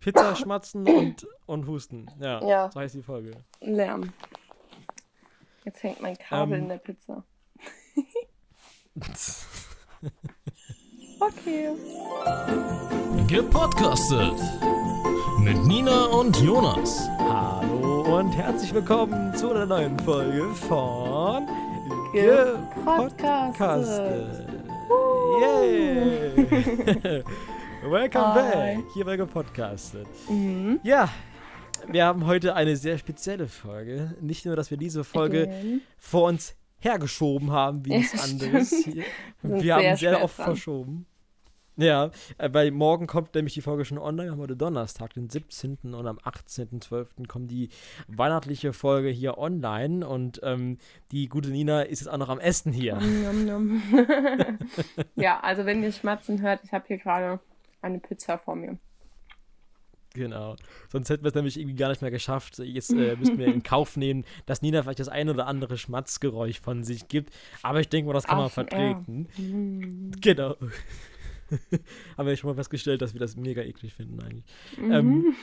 Pizza schmatzen und husten. Ja. So heißt die Folge. Lärm. Jetzt hängt mein Kabel in der Pizza. Okay. Gepodcastet mit Nina und Jonas. Hallo und herzlich willkommen zu einer neuen Folge von Gepodcastet. Yay! Welcome back hier bei Gepodcastet. Ja, wir haben heute eine sehr spezielle Folge. Nicht nur, dass wir diese Folge vor uns hergeschoben haben, wie nichts anderes. Wir haben sehr oft verschoben. Ja, weil morgen kommt nämlich die Folge schon online. Wir haben heute Donnerstag, den 17. und am 18.12. kommt die weihnachtliche Folge hier online. Und die gute Nina ist jetzt auch noch am Essen hier. Ja, also wenn ihr Schmatzen hört, ich habe hier gerade eine Pizza vor mir. Genau. Sonst hätten wir es nämlich irgendwie gar nicht mehr geschafft. Jetzt müssen wir in Kauf nehmen, dass Nina vielleicht das ein oder andere Schmatzgeräusch von sich gibt. Aber ich denke mal, das kann man vertreten. Genau. Haben wir schon mal festgestellt, dass wir das mega eklig finden eigentlich.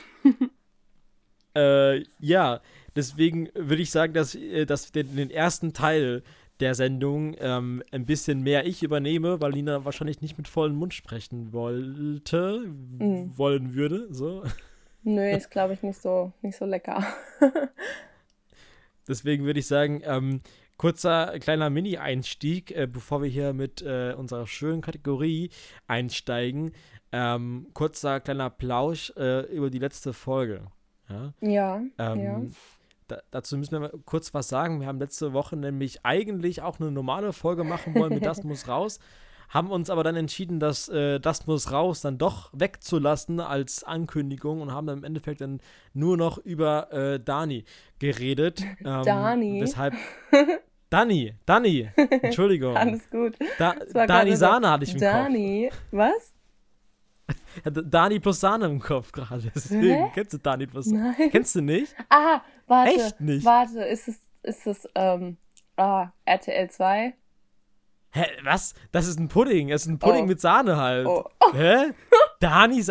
Ja, deswegen würde ich sagen, dass den ersten Teil der Sendung ein bisschen mehr ich übernehme, weil Nina wahrscheinlich nicht mit vollem Mund sprechen wollen würde. So. Nö, ist glaube ich nicht so lecker. Deswegen würde ich sagen, kurzer kleiner Mini-Einstieg, bevor wir hier mit unserer schönen Kategorie einsteigen. Kurzer kleiner Plausch über die letzte Folge. Ja. Dazu müssen wir mal kurz was sagen. Wir haben letzte Woche nämlich eigentlich auch eine normale Folge machen wollen mit Das muss raus. Haben uns aber dann entschieden, dass Das muss raus dann doch wegzulassen als Ankündigung und haben dann im Endeffekt dann nur noch über Dani geredet. Dani? Weshalb Dani, Entschuldigung. Alles gut. Dani Sahne hatte ich im Dani, Kopf. Was? Dani plus Sahne im Kopf gerade. Deswegen kennst du Dani plus Sahne. Nein. Kennst du nicht? Ah, warte. Echt nicht? Warte, ist es RTL 2? Hä, was? Das ist ein Pudding. Es ist ein Pudding mit Sahne halt. Oh. Hä? Dani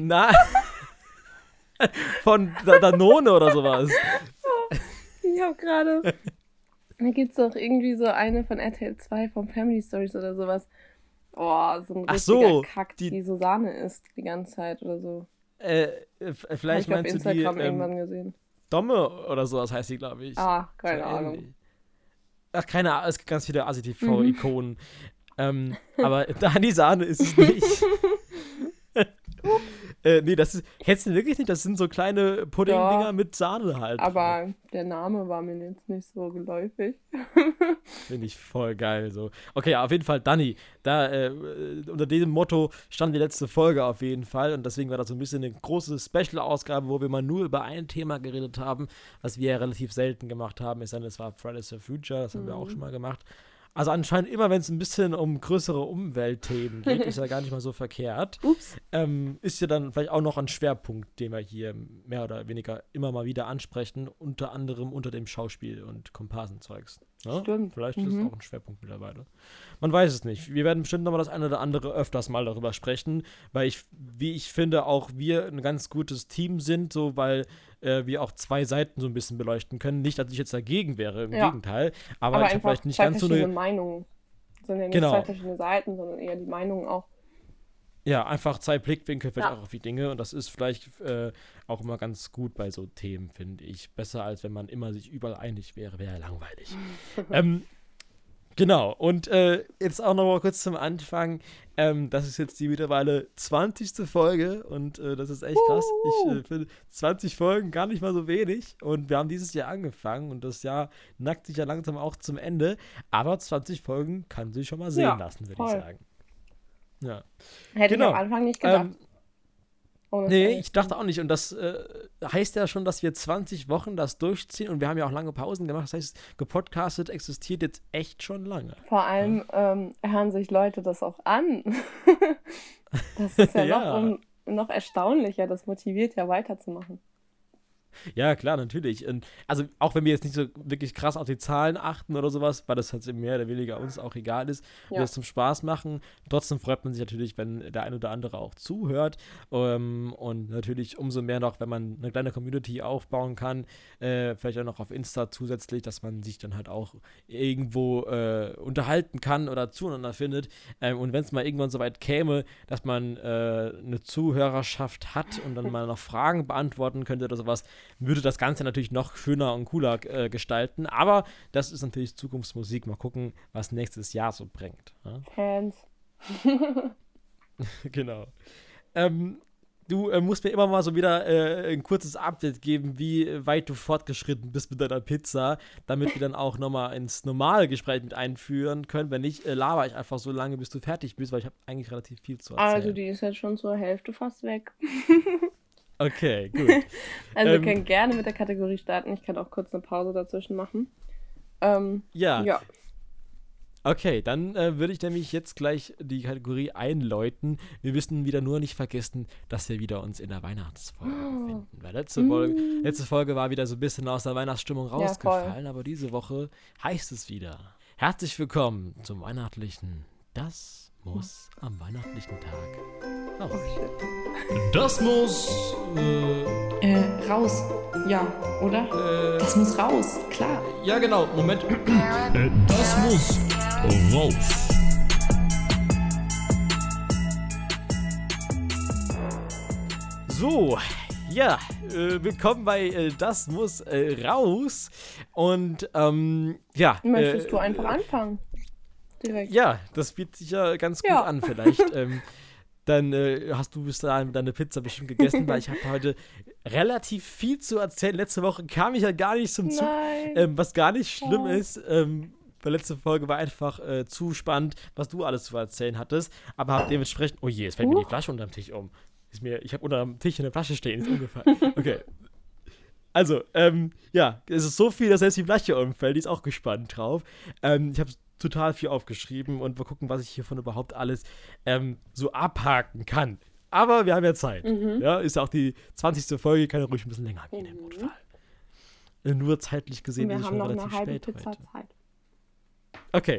von Danone oder sowas. Ich hab gerade... Da gibt's doch irgendwie so eine von RTL 2 von Family Stories oder sowas. Oh, so ein richtiger Kack, die so Sahne isst die ganze Zeit oder so. Vielleicht hab meinst ich auf du die Instagram irgendwann gesehen. Domme oder sowas heißt die, glaube ich. Ah, keine so Ahnung. Ähnlich. Ach, keine Ahnung, es gibt ganz viele ASI-TV-Ikonen. Aber Dani Sahne ist es nicht. Nee, das ist, kennst du wirklich nicht? Das sind so kleine Pudding-Dinger mit Sahne halt. Aber der Name war mir jetzt nicht so geläufig. Finde ich voll geil so. Okay, auf jeden Fall Dani. Da, unter diesem Motto stand die letzte Folge auf jeden Fall. Und deswegen war das so ein bisschen eine große Special-Ausgabe, wo wir mal nur über ein Thema geredet haben, was wir ja relativ selten gemacht haben. Es war Fridays for Future, das haben wir auch schon mal gemacht. Also anscheinend immer, wenn es ein bisschen um größere Umweltthemen geht, ist ja gar nicht mal so verkehrt. Ups. Ist ja dann vielleicht auch noch ein Schwerpunkt, den wir hier mehr oder weniger immer mal wieder ansprechen, unter anderem unter dem Schauspiel- und Comparsenzeugs. Ja? Stimmt. Vielleicht ist das auch ein Schwerpunkt mittlerweile. Man weiß es nicht. Wir werden bestimmt noch mal das eine oder andere öfters mal darüber sprechen, weil wie ich finde, auch wir ein ganz gutes Team sind, so weil wir auch zwei Seiten so ein bisschen beleuchten können. Nicht, dass ich jetzt dagegen wäre, im Gegenteil. Aber ich habe vielleicht nicht ganz so eine Meinungen. Es sind ja nicht zwei verschiedene Seiten, sondern eher die Meinungen auch. Ja, einfach zwei Blickwinkel vielleicht auch auf die Dinge. Und das ist vielleicht auch immer ganz gut bei so Themen, finde ich. Besser, als wenn man immer sich überall einig wäre. Wäre ja langweilig. Genau. Und jetzt auch noch mal kurz zum Anfang. Das ist jetzt die mittlerweile 20. Folge. Und das ist echt krass. Ich finde 20 Folgen gar nicht mal so wenig. Und wir haben dieses Jahr angefangen. Und das Jahr nackt sich ja langsam auch zum Ende. Aber 20 Folgen kann sich schon mal sehen lassen, würde ich sagen. Ja. Hätte ich am Anfang nicht gedacht. Nee, ich dachte auch nicht. Und das heißt ja schon, dass wir 20 Wochen das durchziehen. Und wir haben ja auch lange Pausen gemacht. Das heißt, gepodcastet existiert jetzt echt schon lange. Vor allem hören sich Leute das auch an. Das ist ja noch erstaunlicher. Das motiviert ja weiterzumachen. Ja, klar, natürlich. Und also auch wenn wir jetzt nicht so wirklich krass auf die Zahlen achten oder sowas, weil das halt mehr oder weniger uns auch egal ist, wir das zum Spaß machen. Trotzdem freut man sich natürlich, wenn der ein oder andere auch zuhört. Und natürlich umso mehr noch, wenn man eine kleine Community aufbauen kann, vielleicht auch noch auf Insta zusätzlich, dass man sich dann halt auch irgendwo unterhalten kann oder zueinander findet. Und wenn es mal irgendwann so weit käme, dass man eine Zuhörerschaft hat und dann mal noch Fragen beantworten könnte oder sowas, würde das Ganze natürlich noch schöner und cooler gestalten. Aber das ist natürlich Zukunftsmusik. Mal gucken, was nächstes Jahr so bringt. Ja? Fans. Genau. Du musst mir immer mal so wieder ein kurzes Update geben, wie weit du fortgeschritten bist mit deiner Pizza, damit wir dann auch nochmal ins normale Gespräch mit einführen können. Wenn nicht, laber ich einfach so lange, bis du fertig bist, weil ich habe eigentlich relativ viel zu erzählen. Also die ist jetzt schon zur Hälfte fast weg. Okay, gut. Also wir können gerne mit der Kategorie starten. Ich kann auch kurz eine Pause dazwischen machen. Ja. Okay, dann würde ich nämlich jetzt gleich die Kategorie einläuten. Wir müssen wieder nur nicht vergessen, dass wir wieder uns in der Weihnachtsfolge befinden. Weil letzte Folge war wieder so ein bisschen aus der Weihnachtsstimmung rausgefallen, aber diese Woche heißt es wieder: Herzlich willkommen zum weihnachtlichen Das muss am weihnachtlichen Tag raus. Das muss raus. Ja, oder? Das muss raus, klar. Ja, genau. Moment. Das muss raus. So, ja, willkommen bei Das muss raus. Und ja. Möchtest du einfach anfangen? Direkt. Ja, das bietet sich ja ganz gut an vielleicht. Dann hast du bis dahin deine Pizza bestimmt gegessen, weil ich habe heute relativ viel zu erzählen. Letzte Woche kam ich ja gar nicht zum Zug, was gar nicht schlimm ist. Die letzte Folge war einfach zu spannend, was du alles zu erzählen hattest. Aber habe dementsprechend, oh je, es fällt mir die Flasche unterm Tisch um. Ich habe unter dem Tisch eine Flasche stehen, ist umgefallen. Okay. Also, ja, es ist so viel, dass selbst die Flasche umfällt. Die ist auch gespannt drauf. Ich habe total viel aufgeschrieben und wir gucken, was ich hiervon überhaupt alles so abhaken kann. Aber wir haben ja Zeit. Ja, ist ja auch die 20. Folge, kann ja ruhig ein bisschen länger gehen im Notfall. Nur zeitlich gesehen ist es schon relativ spät heute. Wir haben noch eine halbe Pizza Zeit. Okay.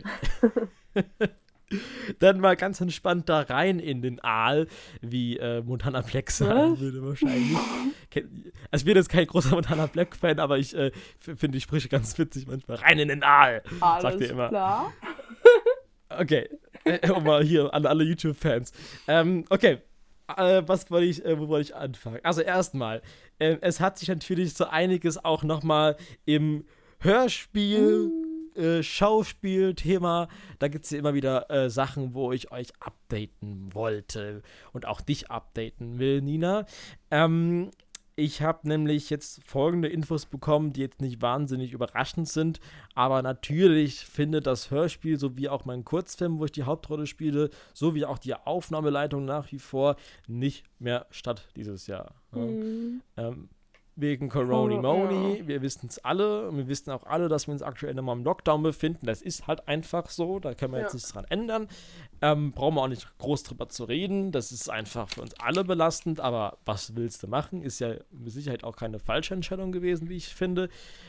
Dann mal ganz entspannt da rein in den Aal, wie Montana Black sagen würde wahrscheinlich. Also ich bin jetzt kein großer Montana Black-Fan, aber ich finde die Sprüche ganz witzig manchmal. Rein in den Aal, sagt er immer. Klar. Okay, mal hier an alle YouTube-Fans. Okay, wo wollte ich anfangen? Also erstmal, es hat sich natürlich so einiges auch nochmal im Hörspiel Schauspielthema, da gibt es ja immer wieder Sachen, wo ich euch updaten wollte und auch dich updaten will, Nina. Ich habe nämlich jetzt folgende Infos bekommen, die jetzt nicht wahnsinnig überraschend sind, aber natürlich findet das Hörspiel sowie auch mein Kurzfilm, wo ich die Hauptrolle spiele, sowie auch die Aufnahmeleitung nach wie vor nicht mehr statt dieses Jahr. Wegen Corona-Moni, wir wissen es alle und wir wissen auch alle, dass wir uns aktuell nochmal im Lockdown befinden. Das ist halt einfach so, da können wir jetzt nichts dran ändern. Brauchen wir auch nicht groß drüber zu reden, das ist einfach für uns alle belastend, aber was willst du machen? Ist ja mit Sicherheit auch keine falsche Entscheidung gewesen, wie ich finde.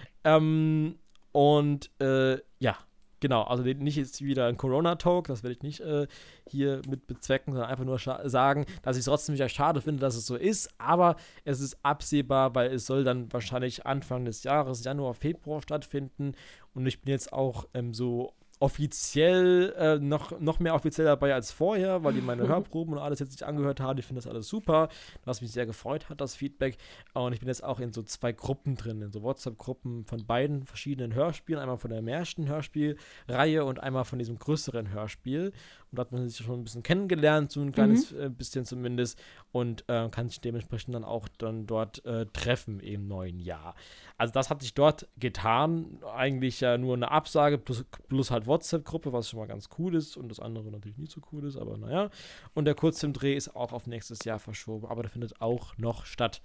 Ja, genau, also nicht jetzt wieder ein Corona-Talk, das werde ich nicht hier mit bezwecken, sondern einfach nur sagen, dass ich es trotzdem wieder schade finde, dass es so ist, aber es ist absehbar, weil es soll dann wahrscheinlich Anfang des Jahres, Januar, Februar stattfinden und ich bin jetzt auch so offiziell, noch mehr offiziell dabei als vorher, weil die meine Hörproben und alles jetzt sich angehört haben. Ich finde das alles super, was mich sehr gefreut hat, das Feedback. Und ich bin jetzt auch in so 2 Gruppen drin, in so WhatsApp-Gruppen von beiden verschiedenen Hörspielen. Einmal von der Märchen-Hörspielreihe und einmal von diesem größeren Hörspiel. Und da hat man sich schon ein bisschen kennengelernt, so ein kleines bisschen zumindest. Und kann sich dementsprechend dann auch dort treffen im neuen Jahr. Also das hat sich dort getan. Eigentlich ja nur eine Absage plus halt WhatsApp-Gruppe, was schon mal ganz cool ist und das andere natürlich nicht so cool ist, aber naja. Und der Kurzfilmdreh ist auch auf nächstes Jahr verschoben, aber der findet auch noch statt.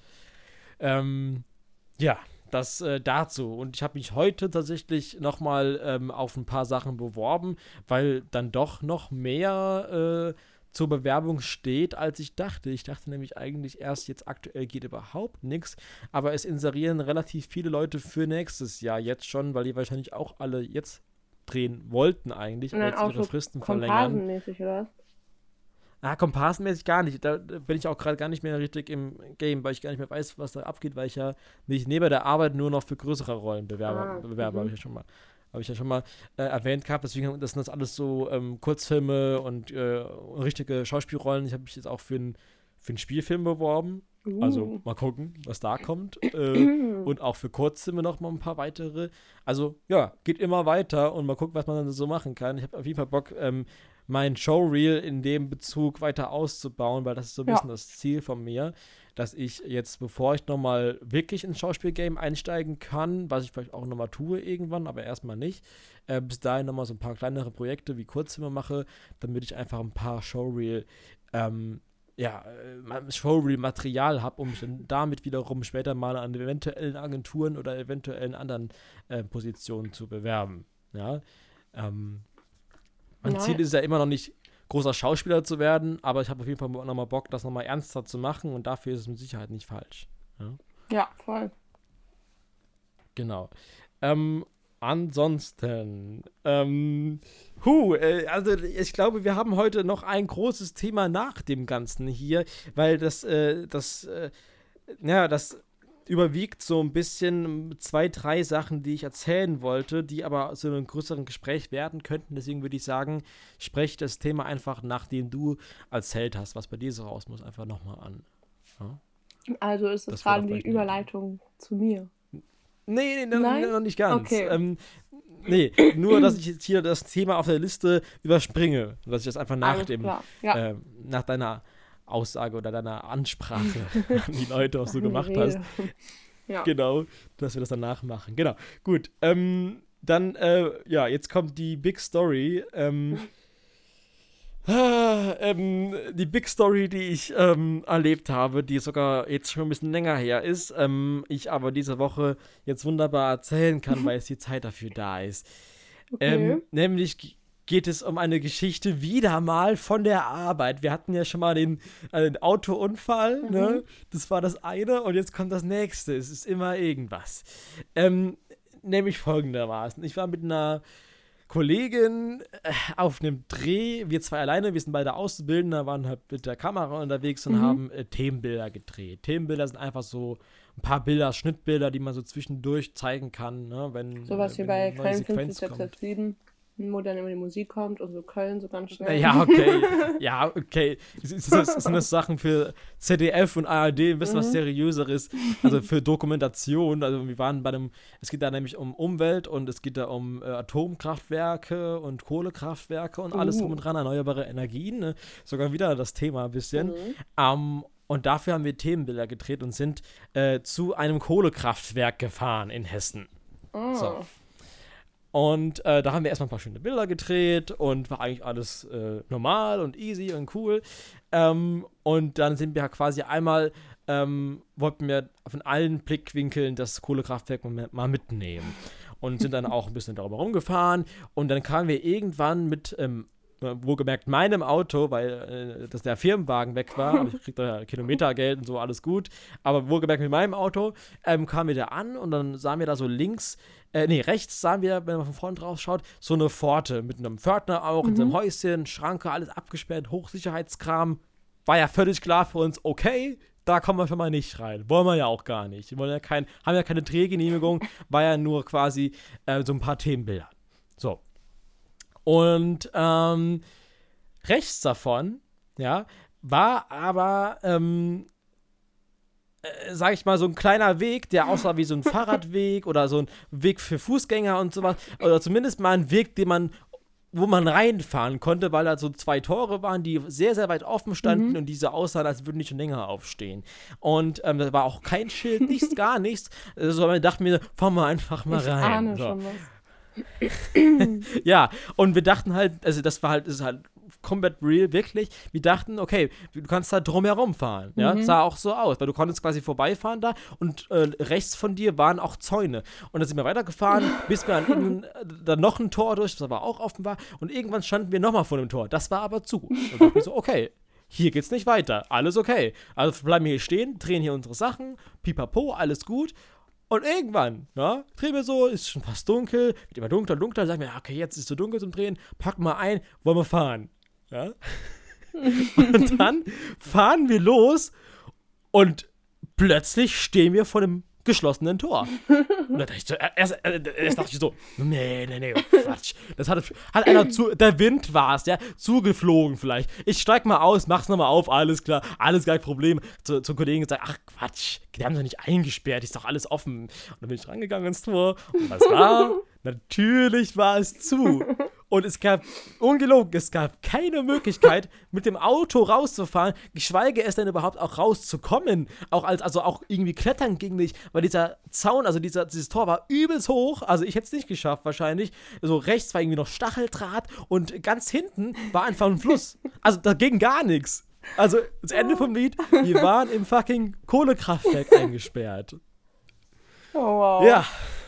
Ja, das dazu. Und ich habe mich heute tatsächlich nochmal auf ein paar Sachen beworben, weil dann doch noch mehr zur Bewerbung steht, als ich dachte. Ich dachte nämlich eigentlich erst, jetzt aktuell geht überhaupt nichts, aber es inserieren relativ viele Leute für nächstes Jahr jetzt schon, weil die wahrscheinlich auch alle jetzt drehen wollten eigentlich, und dann jetzt auch ihre so Fristen verlängern. Komparsenmäßig, oder was? Komparsenmäßig gar nicht. Da bin ich auch gerade gar nicht mehr richtig im Game, weil ich gar nicht mehr weiß, was da abgeht, weil ich ja mich neben der Arbeit nur noch für größere Rollen bewerbe, habe ich ja schon mal erwähnt gehabt. Deswegen das sind das alles so Kurzfilme und richtige Schauspielrollen. Ich habe mich jetzt auch für einen Spielfilm beworben. Also mal gucken, was da kommt. Und auch für Kurzfilme noch mal ein paar weitere. Also ja, geht immer weiter und mal gucken, was man dann so machen kann. Ich habe auf jeden Fall Bock, mein Showreel in dem Bezug weiter auszubauen, weil das ist so ein bisschen das Ziel von mir, dass ich jetzt, bevor ich nochmal wirklich ins Schauspielgame einsteigen kann, was ich vielleicht auch nochmal tue irgendwann, aber erstmal nicht, bis dahin nochmal so ein paar kleinere Projekte wie Kurzfilme mache, damit ich einfach ein paar Showreel-Material habe, um mich dann damit wiederum später mal an eventuellen Agenturen oder eventuellen anderen Positionen zu bewerben. Ja, mein Ziel ist es ja immer noch nicht, großer Schauspieler zu werden, aber ich habe auf jeden Fall nochmal Bock, das nochmal ernster zu machen und dafür ist es mit Sicherheit nicht falsch. Ja, voll. Genau. Ansonsten, also ich glaube, wir haben heute noch ein großes Thema nach dem Ganzen hier, weil das überwiegt so ein bisschen 2, 3 Sachen, die ich erzählen wollte, die aber zu einem größeren Gespräch werden könnten. Deswegen würde ich sagen, sprech das Thema einfach, nachdem du erzählt hast, was bei dir so raus muss, einfach nochmal an. Ja? Also ist das gerade die Überleitung zu mir? Nee, noch nicht ganz. Okay. Nur, dass ich jetzt hier das Thema auf der Liste überspringe. Dass ich das einfach nach deiner Aussage oder deiner Ansprache an die Leute auch so gemacht hast. Ja. Genau, dass wir das danach machen. Genau, gut. Dann, jetzt kommt die Big Story. Die Big Story, die ich erlebt habe, die sogar jetzt schon ein bisschen länger her ist, ich aber diese Woche jetzt wunderbar erzählen kann, weil jetzt die Zeit dafür da ist. Okay. Nämlich geht es um eine Geschichte wieder mal von der Arbeit. Wir hatten ja schon mal den Autounfall, ne? Das war das eine und jetzt kommt das nächste. Es ist immer irgendwas. Nämlich folgendermaßen. Ich war mit einer Kollegin auf einem Dreh, wir zwei alleine, wir sind beide Auszubildende, waren halt mit der Kamera unterwegs und haben Themenbilder gedreht. Themenbilder sind einfach so ein paar Bilder, Schnittbilder, die man so zwischendurch zeigen kann, ne? Wenn sowas wie bei Köln 577, wo dann immer die Musik kommt und so Köln so ganz schnell. Ja, okay. Sind das Sachen für ZDF und ARD, ein bisschen was Seriöseres, also für Dokumentation. Also wir waren es geht da nämlich um Umwelt und es geht da um Atomkraftwerke und Kohlekraftwerke und alles drum und dran, erneuerbare Energien, ne? Sogar wieder das Thema ein bisschen. Und dafür haben wir Themenbilder gedreht und sind zu einem Kohlekraftwerk gefahren in Hessen. So. Und da haben wir erstmal ein paar schöne Bilder gedreht und war eigentlich alles normal und easy und cool. Und dann sind wir quasi einmal, wollten wir von allen Blickwinkeln das Kohlekraftwerk mal mitnehmen. Und sind dann auch ein bisschen darüber rumgefahren. Und dann kamen wir irgendwann mit, wohlgemerkt meinem Auto, weil dass der Firmenwagen weg war, aber ich krieg da Kilometergeld und so, alles gut. Aber wohlgemerkt mit meinem Auto kamen wir da an und dann sahen wir da so rechts sahen wir, wenn man von vorne drauf schaut, so eine Pforte mit einem Pförtner auch, in seinem Häuschen, Schranke, alles abgesperrt, Hochsicherheitskram. War ja völlig klar für uns, okay, da kommen wir schon mal nicht rein. Wollen wir ja auch gar nicht. Wir wollen ja haben ja keine Drehgenehmigung, war ja nur quasi so ein paar Themenbilder. So. Und rechts davon, ja, war aber, sag ich mal, so ein kleiner Weg, der aussah wie so ein Fahrradweg oder so ein Weg für Fußgänger und sowas. Oder zumindest mal ein Weg, wo man reinfahren konnte, weil da so 2 Tore waren, die sehr, sehr weit offen standen und diese aussahen, als würden die schon länger aufstehen. Und da war auch kein Schild, nichts, gar nichts. Also man dachte mir, fahren wir einfach mal rein. Ich ahne so. schon was. Ja, und wir dachten halt, also das ist halt Combat Real, wirklich. Wir dachten, okay, du kannst da drumherum fahren. Ja, sah auch so aus, weil du konntest quasi vorbeifahren da und rechts von dir waren auch Zäune. Und dann sind wir weitergefahren, bis wir an dann noch ein Tor durch, das aber auch offen war. Und irgendwann standen wir nochmal vor dem Tor. Das war aber zu. Und dachten wir so, okay, hier geht's nicht weiter. Alles okay. Also bleiben wir hier stehen, drehen hier unsere Sachen, pipapo, alles gut. Und irgendwann, ja, drehen wir so, ist schon fast dunkel, wird immer dunkler, sagen wir, okay, jetzt ist es so dunkel zum Drehen, packen wir ein, wollen wir fahren. Ja? Und dann fahren wir los und plötzlich stehen wir vor einem geschlossenen Tor. Und da dachte ich so, erst dachte ich so, nee, Quatsch. Das hat einer der Wind war es, ja, zugeflogen vielleicht. Ich steig mal aus, mach's nochmal auf, alles klar, alles kein Problem. Zum Kollegen gesagt, ach Quatsch, die haben doch nicht eingesperrt, ist doch alles offen. Und dann bin ich rangegangen ins Tor und was war? Natürlich war es zu. Und es gab keine Möglichkeit, mit dem Auto rauszufahren, geschweige es denn überhaupt auch rauszukommen. Also auch irgendwie klettern ging nicht, weil dieser Zaun, also dieses Tor war übelst hoch, also ich hätte es nicht geschafft wahrscheinlich. Also rechts war irgendwie noch Stacheldraht und ganz hinten war einfach ein Fluss. Also da ging gar nichts. Also das Ende vom Lied, wir waren im fucking Kohlekraftwerk eingesperrt. Oh wow. Ja.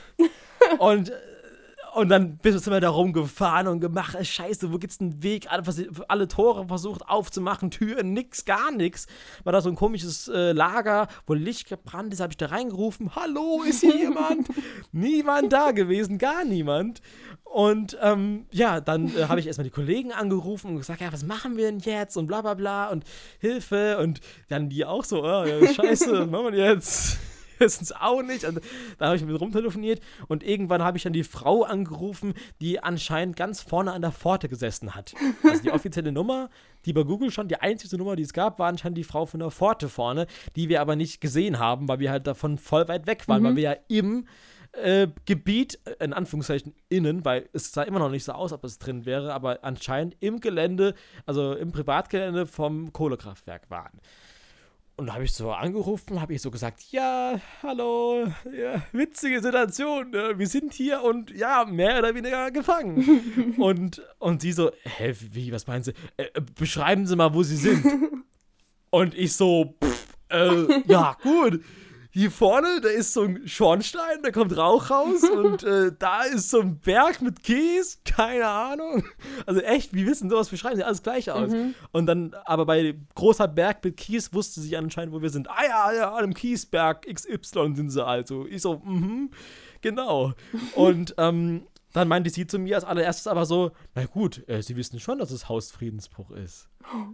Und dann sind wir da rumgefahren und gemacht, scheiße, wo gibt's einen Weg? Alle Tore versucht aufzumachen, Türen, gar nichts. War da so ein komisches Lager, wo Licht gebrannt ist, habe ich da reingerufen, hallo, ist hier jemand? Niemand da gewesen, gar niemand. Und dann habe ich erstmal die Kollegen angerufen und gesagt, ja, was machen wir denn jetzt? Und bla bla bla und Hilfe. Und dann die auch so, scheiße, was machen wir jetzt? Wissen es auch nicht. Und da habe ich mit rumtelefoniert und irgendwann habe ich dann die Frau angerufen, die anscheinend ganz vorne an der Pforte gesessen hat. Also die offizielle Nummer, die bei Google stand, die einzige Nummer, die es gab, war anscheinend die Frau von der Pforte vorne, die wir aber nicht gesehen haben, weil wir halt davon voll weit weg waren, weil wir ja im Gebiet, in Anführungszeichen innen, weil es sah immer noch nicht so aus, ob es drin wäre, aber anscheinend im Gelände, also im Privatgelände vom Kohlekraftwerk waren. Und da habe ich so angerufen, habe ich so gesagt, ja, hallo, ja, witzige Situation, wir sind hier und ja, mehr oder weniger gefangen. und sie so, wie, was meinen Sie? Beschreiben Sie mal, wo Sie sind. Und ich so, ja, gut. Hier vorne, da ist so ein Schornstein, da kommt Rauch raus und da ist so ein Berg mit Kies, keine Ahnung. Also echt, wie wissen sowas, beschreiben sie alles gleich aus. Und dann, aber bei großer Berg mit Kies wusste sie anscheinend, wo wir sind. Ah ja, an einem Kiesberg XY sind sie also. Ich so, genau. Und dann meinte sie zu mir als allererstes aber so, na gut, sie wissen schon, dass es Hausfriedensbruch ist.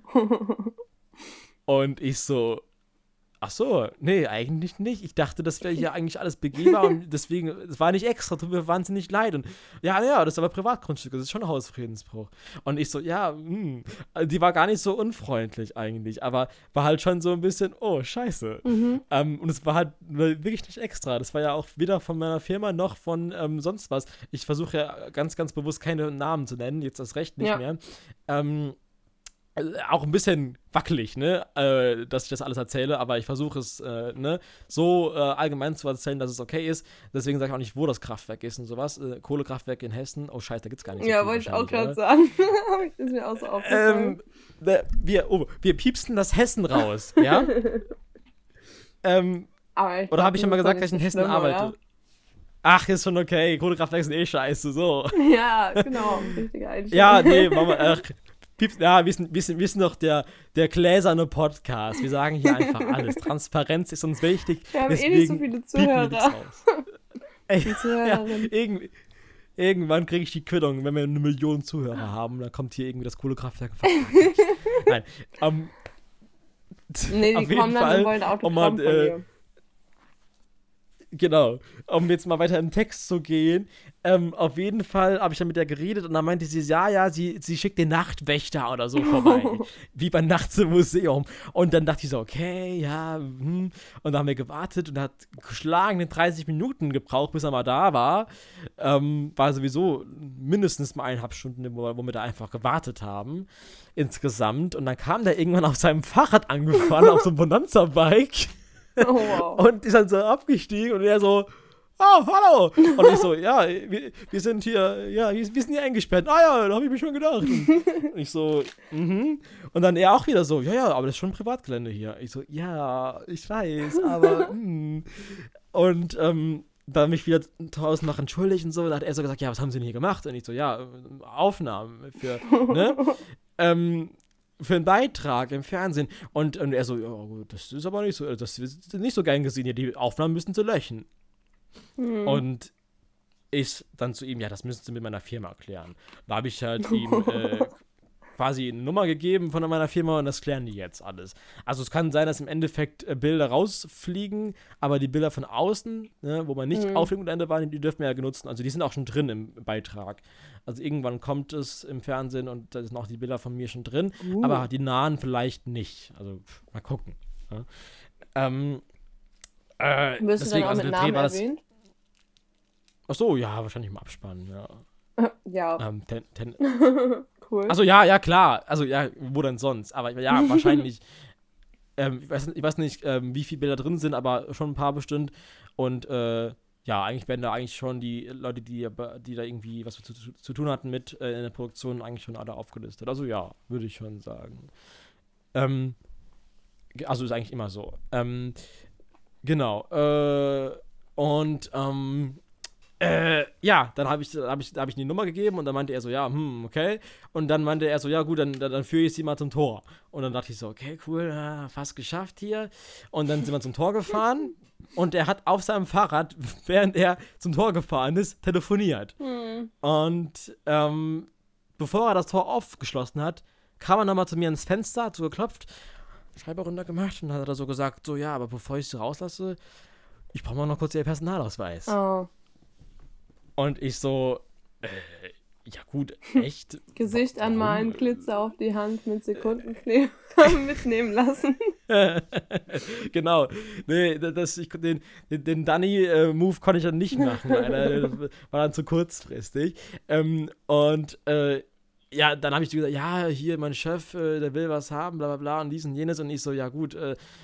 Und ich so, ach so, nee, eigentlich nicht. Ich dachte, das wäre hier eigentlich alles begehbar und deswegen, es war nicht extra, tut mir wahnsinnig leid. Und ja, das ist aber Privatgrundstück, das ist schon ein Hausfriedensbruch. Und ich so, ja, die war gar nicht so unfreundlich eigentlich, aber war halt schon so ein bisschen, oh, scheiße. Und es war halt wirklich nicht extra. Das war ja auch weder von meiner Firma noch von sonst was. Ich versuche ja ganz, ganz bewusst keine Namen zu nennen, jetzt das Recht nicht mehr. Auch ein bisschen wackelig, ne, dass ich das alles erzähle, aber ich versuche es, so allgemein zu erzählen, dass es okay ist. Deswegen sage ich auch nicht, wo das Kraftwerk ist und sowas. Kohlekraftwerk in Hessen. Oh, scheiße, da gibt's gar nicht so ja, wollte ich auch gerade sagen. Ist mir auch so aufgefallen. Wir piepsten das Hessen raus, ja? Oder habe ich schon mal gesagt, dass ich in Hessen arbeite? Oder? Ach, ist schon okay. Kohlekraftwerke sind scheiße, so. Ja, genau. Richtige Einstellung. Ja, nee, Mama, ja, wir sind doch der gläserne Podcast. Wir sagen hier einfach alles. Transparenz ist uns wichtig. Wir haben nicht so viele Zuhörer. Irgendwann kriege ich die Quittung, wenn wir 1 Million Zuhörer haben. Dann kommt hier irgendwie das Kohlekraftwerk. Nein. Nee, die kommen dann und wollen Autogramm von dir. Genau, um jetzt mal weiter im Text zu gehen, auf jeden Fall habe ich dann mit der geredet und dann meinte sie, sie schickt den Nachtwächter oder so vorbei, wie bei Nachts im Museum. Und dann dachte ich so, okay, ja, und dann haben wir gewartet und hat geschlagene 30 Minuten gebraucht, bis er mal da war. War sowieso mindestens mal 1,5 Stunden, wo wir da einfach gewartet haben, insgesamt. Und dann kam der irgendwann auf seinem Fahrrad angefahren, auf so einem Bonanza-Bike. Oh, wow. Und ist dann so abgestiegen und er so, oh, hallo. Und ich so, ja, wir sind hier, ja, wir sind hier eingesperrt. Ah ja, da habe ich mir schon gedacht. Und ich so, Und dann er auch wieder so, ja, aber das ist schon Privatgelände hier. Ich so, ja, ich weiß, aber, Und, dann mich wieder draußen noch entschuldigt und so. Da hat er so gesagt, ja, was haben Sie denn hier gemacht? Und ich so, ja, Aufnahmen für, ne? Für einen Beitrag im Fernsehen. Und er so, ja, das ist aber nicht so, das ist nicht so gern gesehen hier, die Aufnahmen müssen Sie löschen. Und ich dann zu ihm, ja, das müssen Sie mit meiner Firma klären. Da habe ich halt ihm quasi eine Nummer gegeben von meiner Firma und das klären die jetzt alles. Also es kann sein, dass im Endeffekt Bilder rausfliegen, aber die Bilder von außen, ne, wo man nicht auflegen und Ende waren, die dürfen wir ja benutzen. Also die sind auch schon drin im Beitrag. Also irgendwann kommt es im Fernsehen und da sind auch die Bilder von mir schon drin, aber die nahen vielleicht nicht. Also mal gucken. Ja. Wirst du dann auch mit Namen erwähnt? Ach so, ja, wahrscheinlich im Abspann, ja. Ja. Cool. Also ja, klar. Also ja, wo denn sonst? Aber ja, wahrscheinlich. Ich weiß nicht, wie viele Bilder drin sind, aber schon ein paar bestimmt. Und ja, eigentlich werden da eigentlich schon die Leute, die da irgendwie was zu tun hatten mit in der Produktion, eigentlich schon alle aufgelistet. Also ja, würde ich schon sagen. Also ist eigentlich immer so. Genau. Und ja, dann hab ich die Nummer gegeben und dann meinte er so, ja, okay. Und dann meinte er so, ja gut, dann führe ich sie mal zum Tor. Und dann dachte ich so, okay, cool, fast geschafft hier. Und dann sind wir zum Tor gefahren und er hat auf seinem Fahrrad, während er zum Tor gefahren ist, telefoniert. Und bevor er das Tor aufgeschlossen hat, kam er nochmal zu mir ins Fenster, hat so geklopft, Scheibe runtergemacht und hat er so gesagt, so ja, aber bevor ich sie rauslasse, ich brauche mal noch kurz ihr Personalausweis. Oh. Und ich so, ja gut, echt? Gesicht anmalen, Glitzer auf die Hand mit Sekundenkleber mitnehmen lassen. Genau. Nee, den Danny-Move konnte ich dann nicht machen, weil das war dann zu kurzfristig. Und ja, dann habe ich gesagt, ja, hier mein Chef, der will was haben, bla bla bla und dies und jenes. Und ich so, ja gut,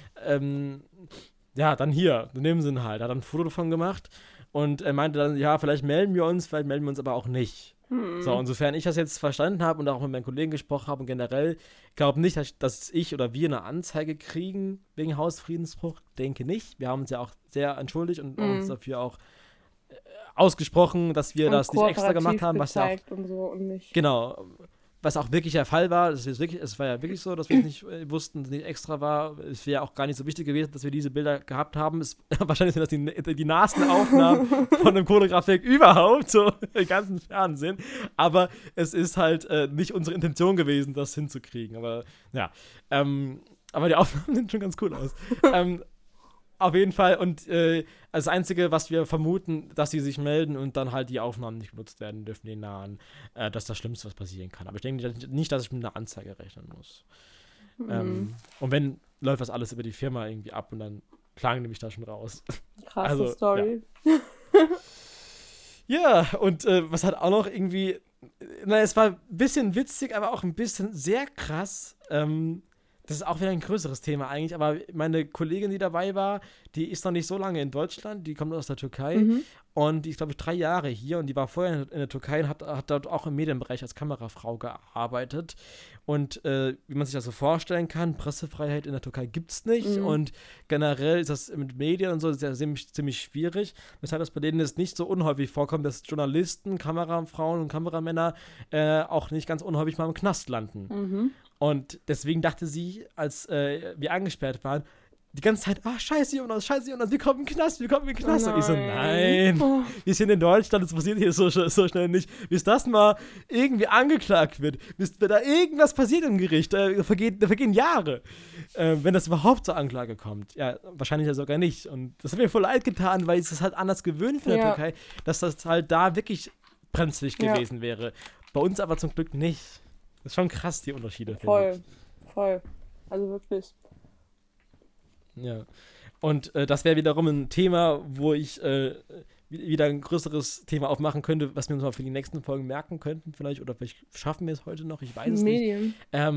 ja, dann hier, dann nehmen sie ihn halt. Hat dann ein Foto davon gemacht. Und er meinte dann, ja, vielleicht melden wir uns aber auch nicht. So, insofern ich das jetzt verstanden habe und auch mit meinen Kollegen gesprochen habe und generell glaube nicht, dass ich oder wir eine Anzeige kriegen wegen Hausfriedensbruch. Denke nicht. Wir haben uns ja auch sehr entschuldigt und uns dafür auch ausgesprochen, dass wir das nicht extra gemacht haben. Was ja auch, und so und nicht. Genau. Was auch wirklich der Fall war, es war ja wirklich so, dass wir es nicht wussten, dass es nicht extra war. Es wäre auch gar nicht so wichtig gewesen, dass wir diese Bilder gehabt haben. Wahrscheinlich sind das die Nasenaufnahmen von einem Kohlekraftwerk überhaupt, so im ganzen Fernsehen. Aber es ist halt nicht unsere Intention gewesen, das hinzukriegen. Aber ja, aber die Aufnahmen sehen schon ganz cool aus. Auf jeden Fall. Und das Einzige, was wir vermuten, dass sie sich melden und dann halt die Aufnahmen nicht genutzt werden dürfen, den nahen, das ist das Schlimmste, was passieren kann. Aber ich denke nicht, dass ich mit einer Anzeige rechnen muss. Und wenn, läuft das alles über die Firma irgendwie ab und dann klagen die mich da schon raus. Krasse Story. Ja, und was hat auch noch irgendwie, es war ein bisschen witzig, aber auch ein bisschen sehr krass. Das ist auch wieder ein größeres Thema eigentlich, aber meine Kollegin, die dabei war, die ist noch nicht so lange in Deutschland, die kommt aus der Türkei und die ist, glaube ich, 3 Jahre hier und die war vorher in der Türkei und hat dort auch im Medienbereich als Kamerafrau gearbeitet und wie man sich das so vorstellen kann, Pressefreiheit in der Türkei gibt es nicht und generell ist das mit Medien und so sehr, ziemlich schwierig, weshalb es bei denen ist nicht so unhäufig vorkommt, dass Journalisten, Kamerafrauen und Kameramänner auch nicht ganz unhäufig mal im Knast landen. Und deswegen dachte sie, als wir angesperrt waren, die ganze Zeit, scheiße Jonas, wir kommen in den Knast. Und ich so, nein, wir sind in Deutschland, das passiert hier so schnell nicht. Bis das mal irgendwie angeklagt wird, bis da irgendwas passiert im Gericht, da vergehen Jahre, wenn das überhaupt zur Anklage kommt. Ja, wahrscheinlich ja sogar nicht. Und das hat mir voll leid getan, weil ich es halt anders gewöhnt von der Türkei, dass das halt da wirklich brenzlig gewesen wäre. Bei uns aber zum Glück nicht. Das ist schon krass, die Unterschiede. Voll. Also wirklich. Ja. Und das wäre wiederum ein Thema, wo ich wieder ein größeres Thema aufmachen könnte, was wir uns mal für die nächsten Folgen merken könnten vielleicht. Oder vielleicht schaffen wir es heute noch, ich weiß es nicht.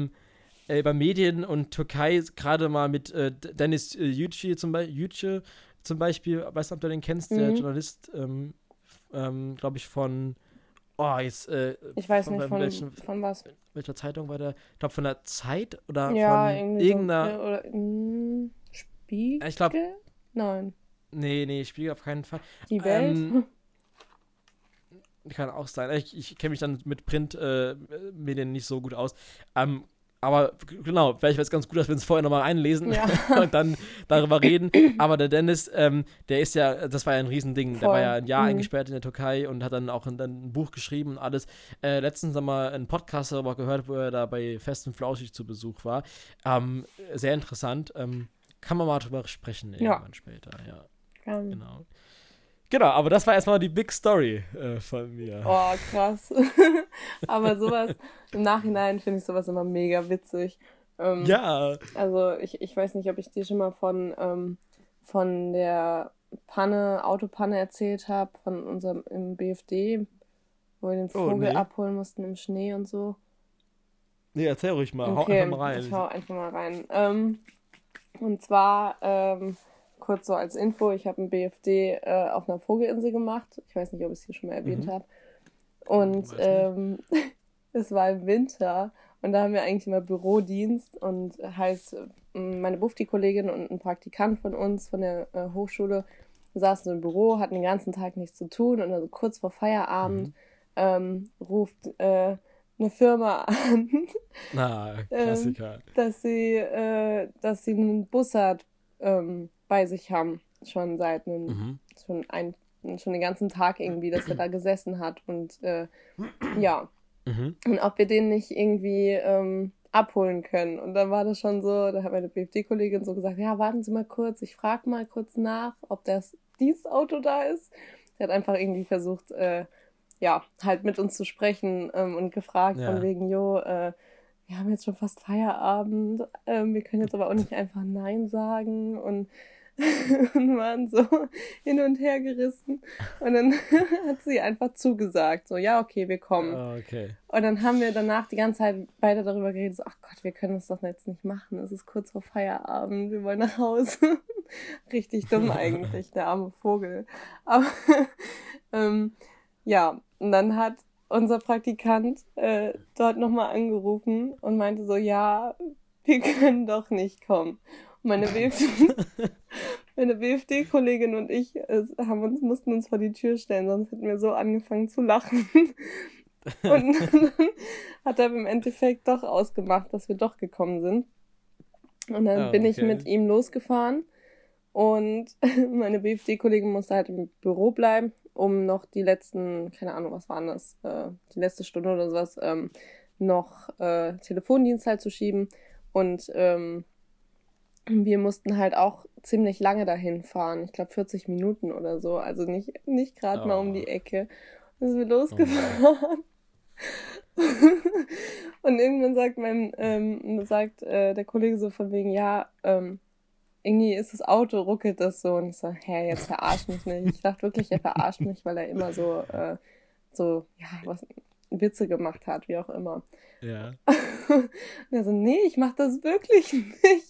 Bei Medien und Türkei, gerade mal mit Dennis Yüce zum Beispiel, zum Beispiel, weißt du, ob du den kennst, der Journalist, glaube ich, von, ich weiß nicht, von was. Welcher Zeitung war der? Ich glaube, von der Zeit oder ja, von irgendeiner. So, oder Spiegel? Ich glaube. Nein. Nee, Spiegel auf keinen Fall. Die Welt? Kann auch sein. Ich kenne mich dann mit Printmedien nicht so gut aus. Aber genau, vielleicht wäre es ganz gut, dass wir uns vorher nochmal einlesen und dann darüber reden. Aber der Dennis, der ist ja, das war ja ein Riesending. Voll. Der war ja ein Jahr eingesperrt in der Türkei und hat dann auch ein Buch geschrieben und alles. Letztens haben wir einen Podcast darüber gehört, wo er da bei Fest und Flauschig zu Besuch war. Sehr interessant. Kann man mal drüber sprechen irgendwann später. Ja. Genau, aber das war erstmal die Big Story von mir. Oh, krass. Aber sowas, im Nachhinein finde ich sowas immer mega witzig. Ja. Also ich weiß nicht, ob ich dir schon mal von der Autopanne erzählt habe, von unserem im BFD, wo wir den Vogel abholen mussten im Schnee und so. Nee, erzähl ruhig mal, okay, hau einfach mal rein. Ich hau einfach mal rein. Und zwar, kurz so als Info, ich habe ein BFD auf einer Vogelinsel gemacht. Ich weiß nicht, ob ich es hier schon mal erwähnt habe. Und es war im Winter und da haben wir eigentlich immer Bürodienst und heißt, meine Bufti-Kollegin und ein Praktikant von uns von der Hochschule saßen so im Büro, hatten den ganzen Tag nichts zu tun und also kurz vor Feierabend ruft eine Firma an, Klassiker. dass sie einen Bussard bei sich haben, schon seit schon den ganzen Tag irgendwie, dass er da gesessen hat und und ob wir den nicht irgendwie abholen können. Und dann war das schon so, da hat meine BFD-Kollegin so gesagt, ja, warten Sie mal kurz, ich frage mal kurz nach, ob dieses Auto da ist. Sie hat einfach irgendwie versucht, halt mit uns zu sprechen und gefragt von wegen, wir haben jetzt schon fast Feierabend, wir können jetzt aber auch nicht einfach Nein sagen und waren so hin und her gerissen. Und dann hat sie einfach zugesagt, so, ja, okay, wir kommen. Okay. Und dann haben wir danach die ganze Zeit beide darüber geredet, so, ach Gott, wir können das doch jetzt nicht machen, es ist kurz vor Feierabend, wir wollen nach Hause. Richtig dumm eigentlich, der arme Vogel. Aber und dann hat unser Praktikant dort nochmal angerufen und meinte so, ja, wir können doch nicht kommen. Und meine BFD-Kollegin und ich mussten uns vor die Tür stellen, sonst hätten wir so angefangen zu lachen. Und dann hat er im Endeffekt doch ausgemacht, dass wir doch gekommen sind. Und dann bin ich mit ihm losgefahren und meine BFD-Kollegin musste halt im Büro bleiben, um noch die letzten, keine Ahnung, was waren das, die letzte Stunde oder sowas, noch Telefondienst halt zu schieben. Und wir mussten halt auch ziemlich lange dahin fahren. Ich glaube 40 Minuten oder so. Also nicht gerade mal um die Ecke. Dann sind wir losgefahren. Und irgendwann sagt der Kollege so von wegen, ja, irgendwie ist das Auto, ruckelt das so. Und ich so, jetzt verarsch mich nicht. Ich dachte wirklich, er verarscht mich, weil er immer so Witze gemacht hat, wie auch immer. Ja. Und er so, nee, ich mach das wirklich nicht.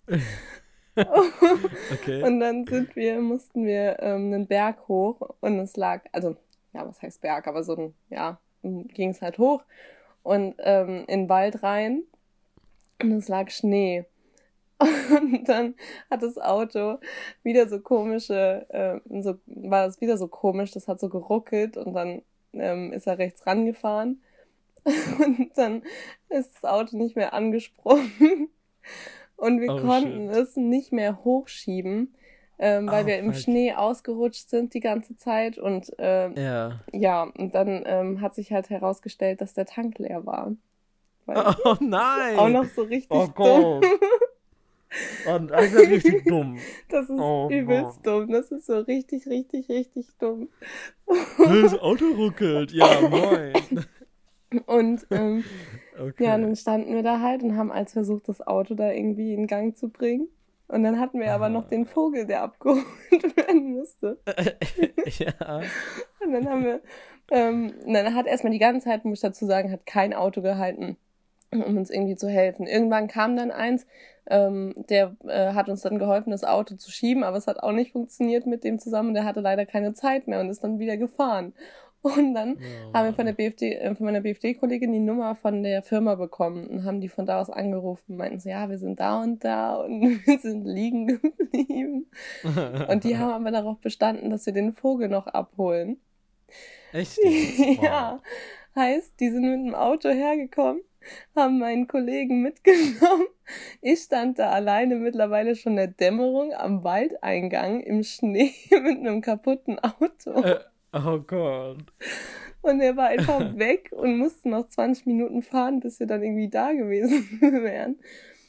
Okay. Und dann mussten wir einen Berg hoch und es lag, also, ja, was heißt Berg, aber ging es halt hoch und in den Wald rein und es lag Schnee. Und dann hat das Auto wieder so komische, war es wieder so komisch, das hat so geruckelt und dann ist er rechts rangefahren und dann ist das Auto nicht mehr angesprungen. Und wir konnten es nicht mehr hochschieben, weil wir im Schnee ausgerutscht sind die ganze Zeit. Und und dann hat sich halt herausgestellt, dass der Tank leer war. Oh nein! Auch noch so richtig dumm. Und das ist richtig dumm. Das ist übelst dumm. Das ist so richtig, richtig, richtig dumm. Das Auto ruckelt. Ja, moin. Und dann standen wir da halt und haben als versucht, das Auto da irgendwie in Gang zu bringen. Und dann hatten wir aber noch den Vogel, der abgeholt werden musste. Ja. Und dann haben wir, dann hat erstmal die ganze Zeit, muss ich dazu sagen, hat kein Auto gehalten, um uns irgendwie zu helfen. Irgendwann kam dann eins, Der hat uns dann geholfen, das Auto zu schieben, aber es hat auch nicht funktioniert mit dem zusammen. Der hatte leider keine Zeit mehr und ist dann wieder gefahren. Und dann haben wir von meiner BFD-Kollegin die Nummer von der Firma bekommen und haben die von da aus angerufen und meinten so, ja, wir sind da und wir sind liegen geblieben. Und die haben aber darauf bestanden, dass wir den Vogel noch abholen. Echt? Wow. Ja, heißt, die sind mit dem Auto hergekommen, haben meinen Kollegen mitgenommen. Ich stand da alleine, mittlerweile schon in der Dämmerung, am Waldeingang im Schnee mit einem kaputten Auto. Oh Gott. Und er war einfach weg und musste noch 20 Minuten fahren, bis wir dann irgendwie da gewesen wären.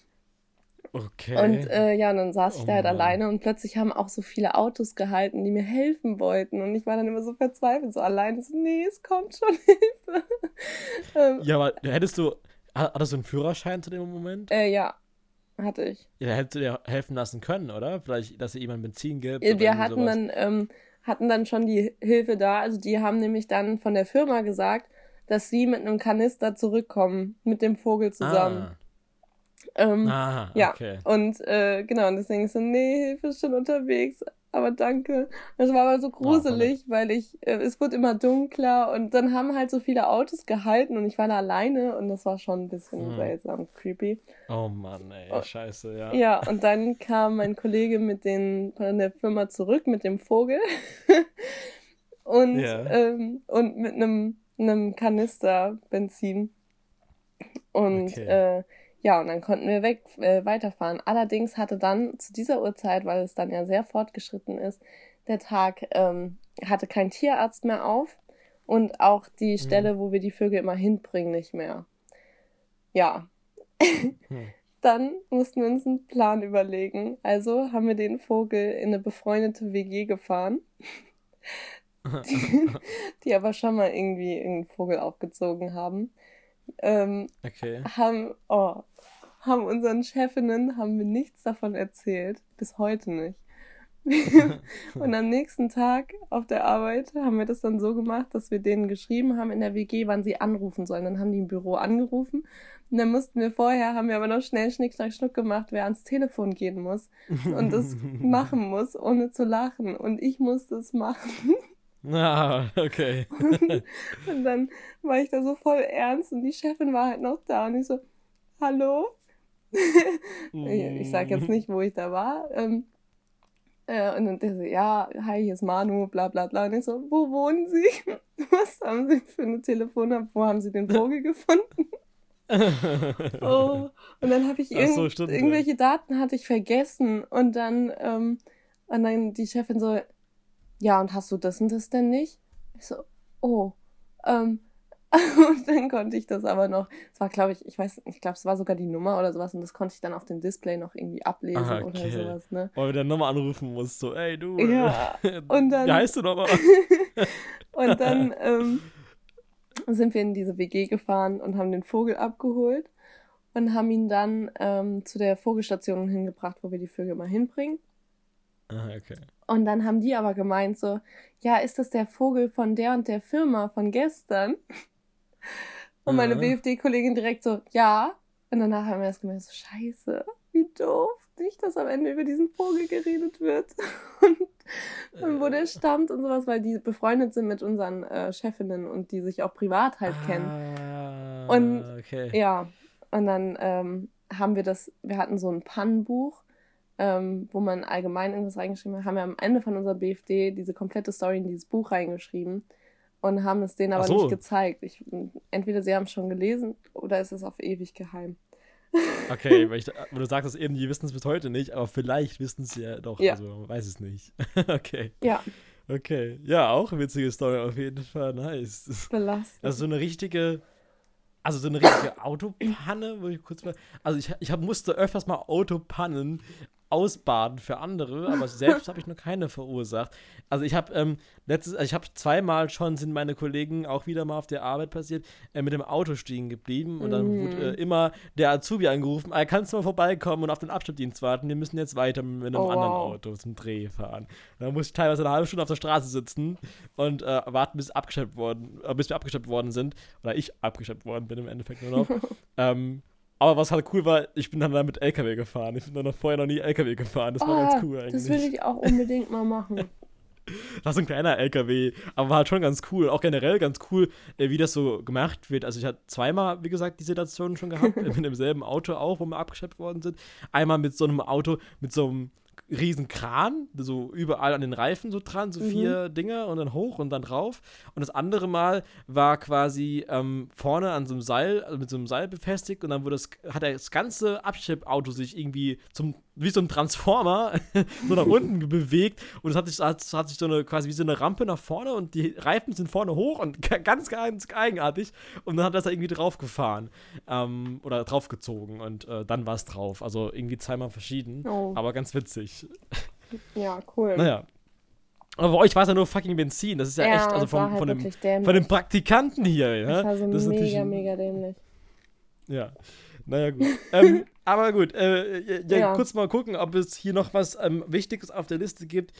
Okay. Und und dann saß ich da halt alleine und plötzlich haben auch so viele Autos gehalten, die mir helfen wollten. Und ich war dann immer so verzweifelt, so alleine, so, nee, es kommt schon Hilfe. Ja, aber hattest du einen Führerschein zu dem Moment? Ja, hatte ich. Ja, hättest du dir helfen lassen können, oder? Vielleicht, dass ihr jemand Benzin gibt? Wir hatten dann schon die Hilfe da. Also die haben nämlich dann von der Firma gesagt, dass sie mit einem Kanister zurückkommen, mit dem Vogel zusammen. Okay. Ja, und genau, und deswegen ist so, nee, Hilfe ist schon unterwegs, aber danke. Das war aber so gruselig, weil es wurde immer dunkler und dann haben halt so viele Autos gehalten und ich war da alleine und das war schon ein bisschen seltsam, creepy. Oh Mann, ey, scheiße, ja. Ja, und dann kam mein Kollege von der Firma zurück mit dem Vogel und mit einem Kanister Benzin und und dann konnten wir weiterfahren. Allerdings hatte dann zu dieser Uhrzeit, weil es dann ja sehr fortgeschritten ist, der Tag hatte kein Tierarzt mehr auf und auch die Stelle, wo wir die Vögel immer hinbringen, nicht mehr. Ja. Dann mussten wir uns einen Plan überlegen. Also haben wir den Vogel in eine befreundete WG gefahren, die aber schon mal irgendwie irgendeinen Vogel aufgezogen haben. Haben unseren Chefinnen wir nichts davon erzählt, bis heute nicht. Und am nächsten Tag auf der Arbeit haben wir das dann so gemacht, dass wir denen geschrieben haben in der WG, wann sie anrufen sollen. Dann haben die im Büro angerufen und dann haben wir aber noch schnell Schnick, Schnack, Schnuck gemacht, wer ans Telefon gehen muss und das machen muss, ohne zu lachen. Und ich musste es machen. Okay. Und dann war ich da so voll ernst und die Chefin war halt noch da und ich so, hallo? Ich sag jetzt nicht, wo ich da war. Und dann der so, ja, hi, hier ist Manu, bla bla bla. Und ich so, wo wohnen Sie? Was haben Sie für eine Telefonnummer? Wo haben Sie den Vogel gefunden? Und dann habe ich irgendwelche Daten hatte ich vergessen und dann die Chefin so, ja, und hast du das und das denn nicht? Ich so, und dann konnte ich das aber noch, es war, glaube ich glaube, es war sogar die Nummer oder sowas und das konnte ich dann auf dem Display noch irgendwie ablesen oder sowas, ne? Weil wir dann nochmal anrufen musst, so, ey, du, ja, und dann, wie heißt du nochmal? Und dann sind wir in diese WG gefahren und haben den Vogel abgeholt und haben ihn dann zu der Vogelstation hingebracht, wo wir die Vögel mal hinbringen. Okay. Und dann haben die aber gemeint so, ja, ist das der Vogel von der und der Firma von gestern? Und meine BFD-Kollegin direkt so, ja. Und danach haben wir erst gemerkt, so scheiße, wie doof, nicht, dass am Ende über diesen Vogel geredet wird. Und wo der stammt und sowas, weil die befreundet sind mit unseren Chefinnen und die sich auch privat halt kennen. Und und dann wir hatten so ein Pannenbuch, wo man allgemein irgendwas reingeschrieben hat, haben wir am Ende von unserer BFD diese komplette Story in dieses Buch reingeschrieben und haben es denen aber nicht gezeigt. Entweder sie haben es schon gelesen oder es ist auf ewig geheim. Okay, weil du sagst es eben, die wissen es bis heute nicht, aber vielleicht wissen es ja doch, also man weiß es nicht. Okay. Ja. Okay, ja, auch eine witzige Story auf jeden Fall, nice. Belastend. Also so eine richtige Autopanne, wo ich kurz mal, also ich musste öfters mal Autopannen ausbaden für andere, aber selbst habe ich noch keine verursacht. Also ich habe zweimal schon, sind meine Kollegen auch wieder mal auf der Arbeit passiert, mit dem Auto stehen geblieben und dann wurde immer der Azubi angerufen, kannst du mal vorbeikommen und auf den Abschleppdienst warten, wir müssen jetzt weiter mit einem anderen Auto zum Dreh fahren. Da musste ich teilweise eine halbe Stunde auf der Straße sitzen und warten, bis wir abgeschleppt worden sind, oder ich abgeschleppt worden bin im Endeffekt nur noch. Aber was halt cool war, ich bin dann mit LKW gefahren. Ich bin dann vorher noch nie LKW gefahren. Das war ganz cool eigentlich. Das will ich auch unbedingt mal machen. Das ist ein kleiner LKW, aber war halt schon ganz cool. Auch generell ganz cool, wie das so gemacht wird. Also ich hatte zweimal, wie gesagt, die Situation schon gehabt, mit demselben Auto auch, wo wir abgeschleppt worden sind. Einmal mit so einem Auto, mit so einem riesen Kran, so überall an den Reifen so dran, so 4 Dinge und dann hoch und dann drauf. Und das andere Mal war quasi vorne an so einem Seil, also mit so einem Seil befestigt und dann hat das ganze Abschleppauto sich irgendwie wie so ein Transformer so nach unten bewegt und es hat sich so eine, quasi wie so eine Rampe nach vorne und die Reifen sind vorne hoch und ganz, ganz eigenartig und dann hat das da irgendwie drauf gefahren oder draufgezogen und dann war es drauf. Also irgendwie zweimal verschieden, aber ganz witzig. Ja, cool. Naja. Aber bei euch war es ja nur fucking Benzin. Das ist ja echt, also von dem Praktikanten hier. Ja? Das war so das mega dämlich. Ja, naja gut. Aber gut, kurz mal gucken, ob es hier noch was Wichtiges auf der Liste gibt.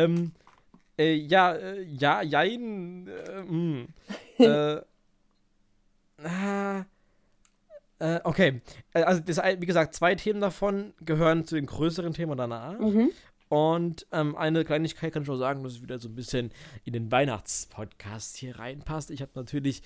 Okay, also wie gesagt, 2 Themen davon gehören zu den größeren Themen danach. Und eine Kleinigkeit kann ich auch sagen, dass es wieder so ein bisschen in den Weihnachtspodcast hier reinpasst. Ich habe natürlich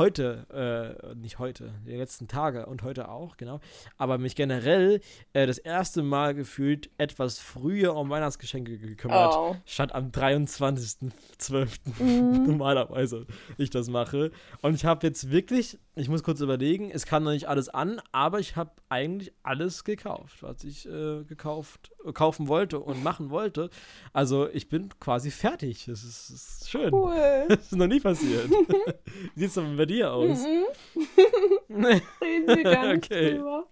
die letzten Tage und heute auch, genau, aber mich generell das erste Mal gefühlt etwas früher um Weihnachtsgeschenke gekümmert, statt am 23.12. normalerweise ich das mache. Und ich habe jetzt wirklich, ich muss kurz überlegen, es kam noch nicht alles an, aber ich habe eigentlich alles gekauft, was ich kaufen wollte und machen wollte. Also ich bin quasi fertig. Das ist schön. Cool. Das ist noch nie passiert. Wie sieht es denn bei dir aus? Reden wir gar nicht drüber.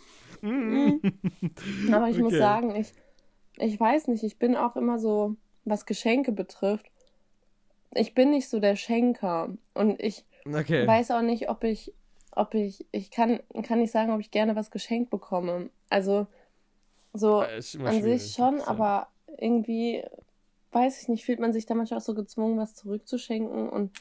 Aber ich muss sagen, ich weiß nicht, ich bin auch immer so, was Geschenke betrifft, ich bin nicht so der Schenker. Und ich weiß auch nicht, ob ich kann nicht sagen, ob ich gerne was geschenkt bekomme. Also so an sich schon, aber irgendwie, weiß ich nicht, fühlt man sich da manchmal auch so gezwungen, was zurückzuschenken und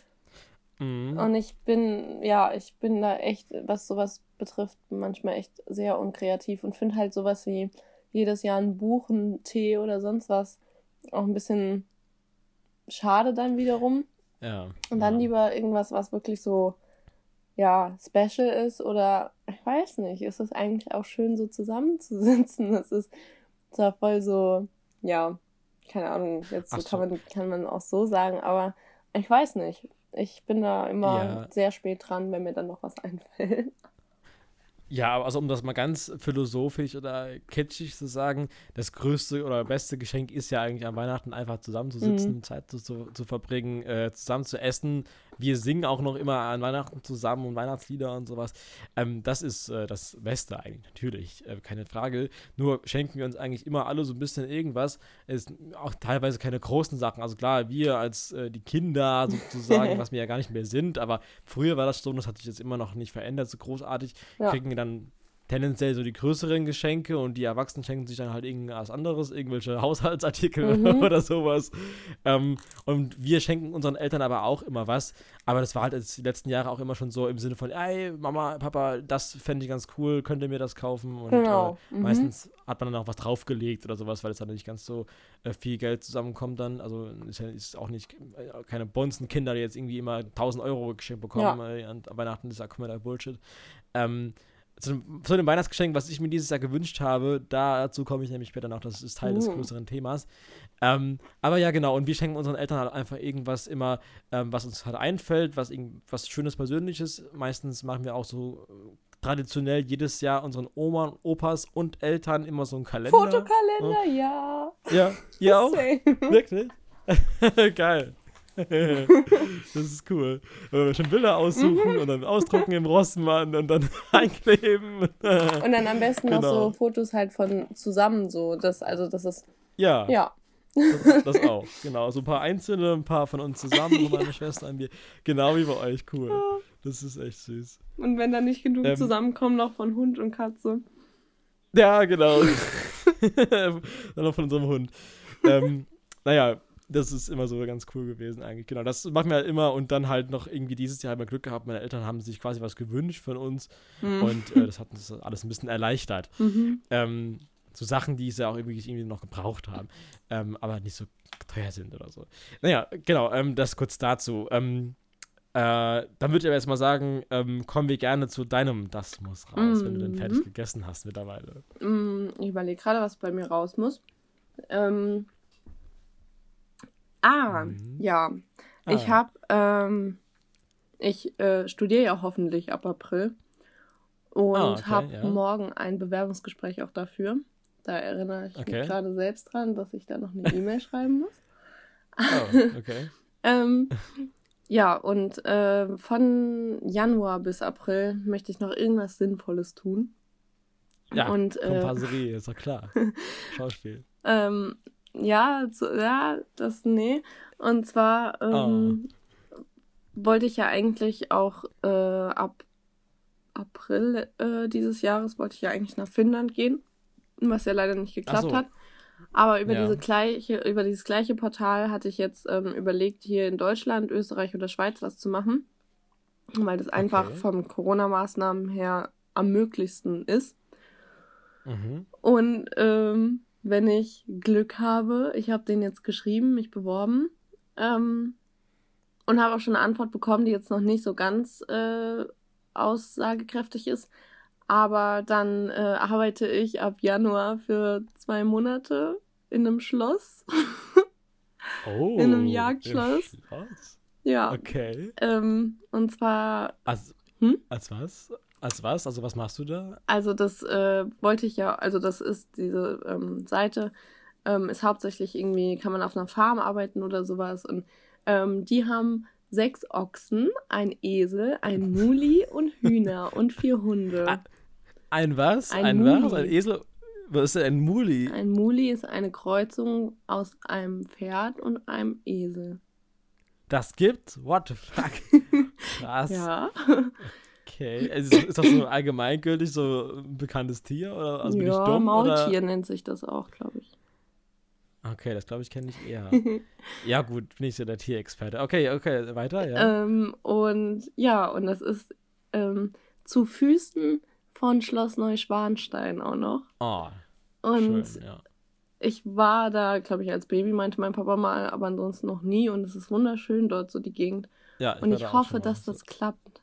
ich bin da echt, was sowas betrifft, manchmal echt sehr unkreativ und finde halt sowas wie jedes Jahr ein Buch, einen Tee oder sonst was auch ein bisschen schade dann wiederum. Ja. Und dann lieber irgendwas, was wirklich so, special ist oder, ich weiß nicht, ist es eigentlich auch schön, so zusammenzusitzen. Das ist zwar voll so, keine Ahnung, jetzt so. kann man auch so sagen, aber ich weiß nicht. Ich bin da immer sehr spät dran, wenn mir dann noch was einfällt. Ja, also um das mal ganz philosophisch oder kitschig zu sagen, das größte oder beste Geschenk ist ja eigentlich an Weihnachten einfach zusammenzusitzen, Zeit zu verbringen, zusammen zu essen. Wir singen auch noch immer an Weihnachten zusammen und Weihnachtslieder und sowas. Das ist das Beste eigentlich, natürlich, keine Frage. Nur schenken wir uns eigentlich immer alle so ein bisschen irgendwas. Es ist auch teilweise keine großen Sachen. Also klar, wir als die Kinder sozusagen, was wir ja gar nicht mehr sind, aber früher war das so, das hat sich jetzt immer noch nicht verändert, so großartig, kriegen dann tendenziell so die größeren Geschenke und die Erwachsenen schenken sich dann halt irgendwas anderes, irgendwelche Haushaltsartikel oder sowas. Und wir schenken unseren Eltern aber auch immer was. Aber das war halt jetzt die letzten Jahre auch immer schon so im Sinne von, ey, Mama, Papa, das fände ich ganz cool, könnt ihr mir das kaufen? Und meistens hat man dann auch was draufgelegt oder sowas, weil es dann nicht ganz so viel Geld zusammenkommt dann. Also ist auch nicht keine Bonzen-Kinder, die jetzt irgendwie immer 1.000 € geschenkt bekommen. An Weihnachten ist ja kompletter Bullshit. Zu dem Weihnachtsgeschenk, was ich mir dieses Jahr gewünscht habe, dazu komme ich nämlich später noch, das ist Teil des größeren Themas. Aber ja, genau, und wir schenken unseren Eltern halt einfach irgendwas immer, was uns halt einfällt, was Schönes, Persönliches. Meistens machen wir auch so traditionell jedes Jahr unseren Omas, Opas und Eltern immer so einen Kalender. Fotokalender, ja. Ja, ihr auch? Wirklich? Geil. Das ist cool. Wenn wir schon Bilder aussuchen und dann ausdrucken im Rossmann und dann einkleben. Und dann am besten noch so Fotos halt von zusammen so. Das ist. Ja. Das auch, genau. So ein paar einzelne, ein paar von uns zusammen und meine Schwester an mir. Genau wie bei euch, cool. Das ist echt süß. Und wenn da nicht genug zusammenkommen, noch von Hund und Katze. Ja, genau. Dann noch von unserem Hund. Naja. Das ist immer so ganz cool gewesen eigentlich. Genau, das machen wir halt immer und dann halt noch irgendwie dieses Jahr haben wir Glück gehabt. Meine Eltern haben sich quasi was gewünscht von uns und das hat uns alles ein bisschen erleichtert. So Sachen, die sie auch irgendwie noch gebraucht haben, aber nicht so teuer sind oder so. Naja, genau, das kurz dazu. Dann würde ich aber jetzt mal sagen, kommen wir gerne zu deinem Das muss raus, wenn du dann fertig gegessen hast mittlerweile. Ich überlege gerade, was bei mir raus muss. Ja. Ich studiere ja hoffentlich ab April und habe morgen ein Bewerbungsgespräch auch dafür. Da erinnere ich mich gerade selbst dran, dass ich da noch eine E-Mail schreiben muss. Ja, und von Januar bis April möchte ich noch irgendwas Sinnvolles tun. Ja, und Komparserie, ist doch klar. Schauspiel. Und zwar wollte ich ja eigentlich auch ab April dieses Jahres wollte ich ja eigentlich nach Finnland gehen, was ja leider nicht geklappt hat. Aber über dieses gleiche Portal hatte ich jetzt überlegt, hier in Deutschland, Österreich oder Schweiz was zu machen, weil das einfach vom Corona-Maßnahmen her am möglichsten ist. Und wenn ich Glück habe, ich habe den jetzt geschrieben, mich beworben und habe auch schon eine Antwort bekommen, die jetzt noch nicht so ganz aussagekräftig ist. Aber dann arbeite ich ab Januar für 2 Monate in einem Schloss. In einem Jagdschloss. Ja. Okay. Und zwar... Als was? Als was? Also was machst du da? Also das wollte ich ja... Also das ist diese Seite, ist hauptsächlich irgendwie, kann man auf einer Farm arbeiten oder sowas. Und die haben 6 Ochsen, ein Esel, ein Muli und Hühner und 4 Hunde. Ein was? Ein was? Ein Esel? Was ist denn ein Muli? Ein Muli ist eine Kreuzung aus einem Pferd und einem Esel. Das gibt's? What the fuck? Krass. Ja. Okay. Ist das so allgemeingültig so ein bekanntes Tier? Oder, also bin ich dumm, Maultier oder? Nennt sich das auch, glaube ich. Okay, das glaube ich kenne ich eher. Ja gut, bin ich so der Tierexperte. Okay, weiter, ja. Und das ist zu Füßen von Schloss Neuschwanstein auch noch. Oh, und schön, ja. Ich war da, glaube ich, als Baby, meinte mein Papa mal, aber ansonsten noch nie. Und es ist wunderschön dort, so die Gegend. Ja, und ich hoffe, dass das klappt.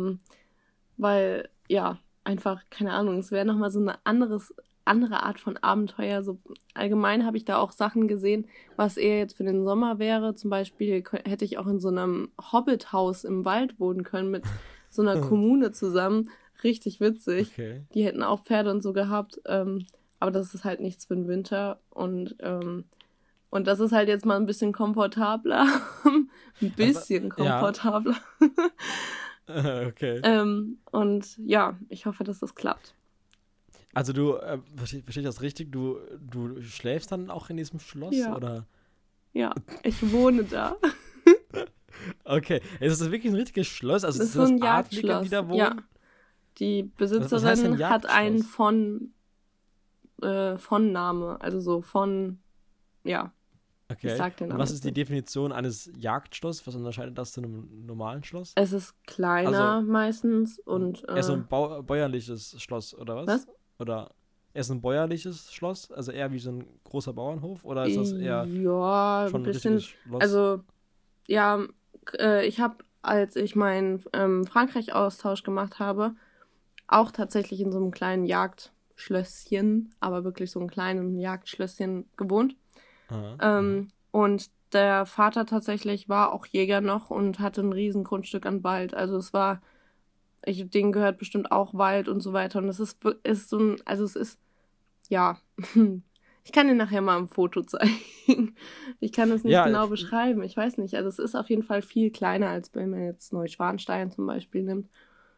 Weil, ja, einfach, keine Ahnung, es wäre nochmal so eine andere Art von Abenteuer. So allgemein habe ich da auch Sachen gesehen, was eher jetzt für den Sommer wäre. Zum Beispiel hätte ich auch in so einem Hobbit-Haus im Wald wohnen können mit so einer Kommune zusammen. Richtig witzig. Okay. Die hätten auch Pferde und so gehabt. Aber das ist halt nichts für den Winter. Und das ist halt jetzt mal ein bisschen komfortabler. Ein bisschen komfortabler. Ja. Okay. Und ja, ich hoffe, dass das klappt. Also du, verstehe ich das richtig? Du schläfst dann auch in diesem Schloss? Ja. Oder? Ja, ich wohne da. Okay. Ist das wirklich ein richtiges Schloss? Also das ist so ein Jagdschloss. Die da wohnen? Ja. Die Besitzerin hat einen Von-Name. Also so von, ja. Okay. Ich sag den Namen. Und was ist die Definition eines Jagdschlosses? Was unterscheidet das zu einem normalen Schloss? Es ist kleiner meistens und... eher so ein bäuerliches Schloss, oder was? Was? Oder eher so ein bäuerliches Schloss? Also eher wie so ein großer Bauernhof? Oder ist das eher schon ein bisschen, Schloss? Also, ja, ich habe, als ich meinen Frankreich-Austausch gemacht habe, auch tatsächlich in so einem kleinen Jagdschlösschen, aber wirklich so einem kleinen Jagdschlösschen gewohnt. Und der Vater tatsächlich war auch Jäger noch und hatte ein riesen Grundstück an Wald. Also es war, denen gehört bestimmt auch Wald und so weiter. Und es ist so ein, also es ist, ja, ich kann dir nachher mal ein Foto zeigen. Ich kann es nicht genau beschreiben. Ich weiß nicht. Also es ist auf jeden Fall viel kleiner, als wenn man jetzt Neuschwanstein zum Beispiel nimmt.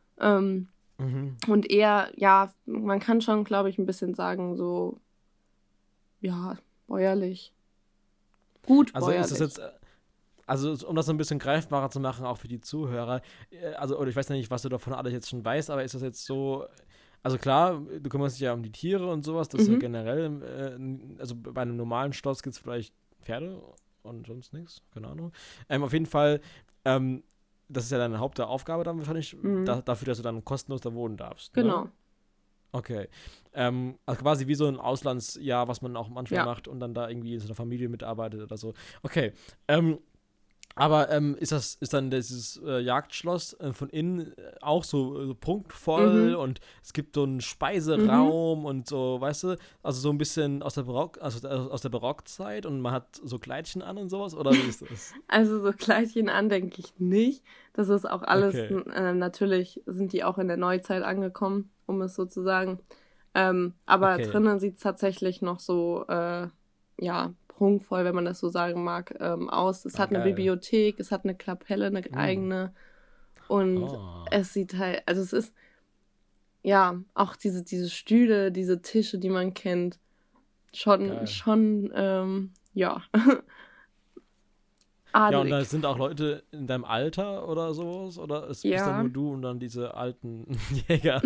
Und eher, ja, man kann schon, glaube ich, ein bisschen sagen, so, ja, bäuerlich. Gut bäuerlich. Also ist das jetzt, also um das so ein bisschen greifbarer zu machen, auch für die Zuhörer, also, oder ich weiß nicht, was du davon alles jetzt schon weißt, aber ist das jetzt so, also klar, du kümmerst dich ja um die Tiere und sowas, das ist ja generell, also bei einem normalen Schloss gibt es vielleicht Pferde und sonst nichts, keine Ahnung. Auf jeden Fall, das ist ja deine Hauptaufgabe dann wahrscheinlich, dafür, dass du dann kostenlos da wohnen darfst. Genau. Ne? Okay. Also quasi wie so ein Auslandsjahr, was man auch manchmal macht und dann da irgendwie in so einer Familie mitarbeitet oder so. Okay. Aber ist dann dieses Jagdschloss von innen auch so prunkvoll und es gibt so einen Speiseraum und so, weißt du, also so ein bisschen aus der Barockzeit und man hat so Kleidchen an und sowas, oder wie ist das? Also so Kleidchen an denke ich nicht. Das ist auch alles, natürlich sind die auch in der Neuzeit angekommen, um es so zu sagen. Aber drinnen sieht es tatsächlich noch so, prunkvoll, wenn man das so sagen mag, aus. Es hat eine Bibliothek, es hat eine Kapelle, eine eigene. Und es sieht halt, also es ist, auch diese Stühle, diese Tische, die man kennt, schon adelig. Ja, und da sind auch Leute in deinem Alter oder sowas? Oder bist da nur du und dann diese alten Jäger?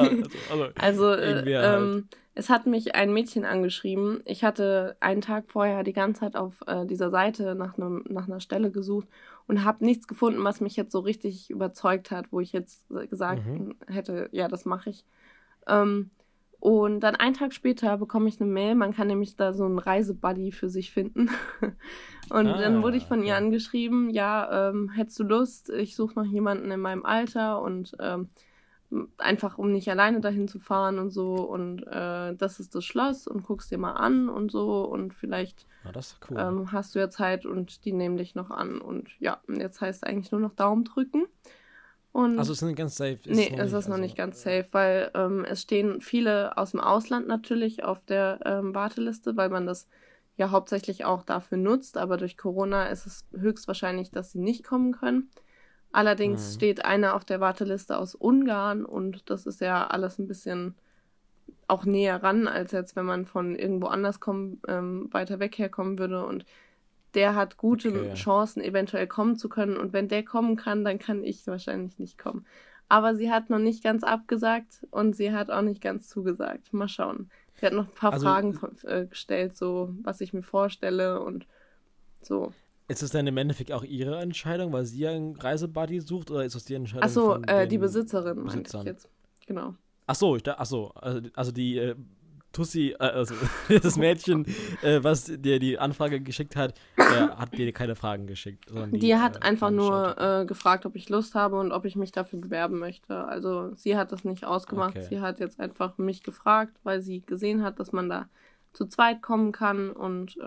Es hat mich ein Mädchen angeschrieben. Ich hatte einen Tag vorher die ganze Zeit auf dieser Seite nach einer Stelle gesucht und habe nichts gefunden, was mich jetzt so richtig überzeugt hat, wo ich jetzt gesagt hätte, ja, das mache ich. Und dann einen Tag später bekomme ich eine Mail, man kann nämlich da so einen Reisebuddy für sich finden. Und dann wurde ich von ihr angeschrieben, hättest du Lust, ich suche noch jemanden in meinem Alter und einfach, um nicht alleine dahin zu fahren und so. Und das ist das Schloss und guckst dir mal an und so und vielleicht das ist cool. Hast du ja Zeit und die nehmen dich noch an. Und jetzt heißt es eigentlich nur noch Daumen drücken. Und also es ist nicht ganz safe? Es ist noch nicht ganz safe, weil es stehen viele aus dem Ausland natürlich auf der Warteliste, weil man das ja hauptsächlich auch dafür nutzt, aber durch Corona ist es höchstwahrscheinlich, dass sie nicht kommen können. Allerdings steht einer auf der Warteliste aus Ungarn und das ist ja alles ein bisschen auch näher ran, als jetzt, wenn man von irgendwo anders weiter weg herkommen würde und der hat gute Chancen, eventuell kommen zu können. Und wenn der kommen kann, dann kann ich wahrscheinlich nicht kommen. Aber sie hat noch nicht ganz abgesagt und sie hat auch nicht ganz zugesagt. Mal schauen. Sie hat noch ein paar Fragen gestellt, so was ich mir vorstelle und so. Ist es dann im Endeffekt auch ihre Entscheidung, weil sie einen Reisebuddy sucht, oder ist das die Entscheidung von den die Besitzerin, meinte ich jetzt. Genau. Also die Tussi, also das Mädchen, was dir die Anfrage geschickt hat, hat dir keine Fragen geschickt. Sondern die hat einfach nur gefragt, ob ich Lust habe und ob ich mich dafür bewerben möchte. Also sie hat das nicht ausgemacht. Okay. Sie hat jetzt einfach mich gefragt, weil sie gesehen hat, dass man da zu zweit kommen kann und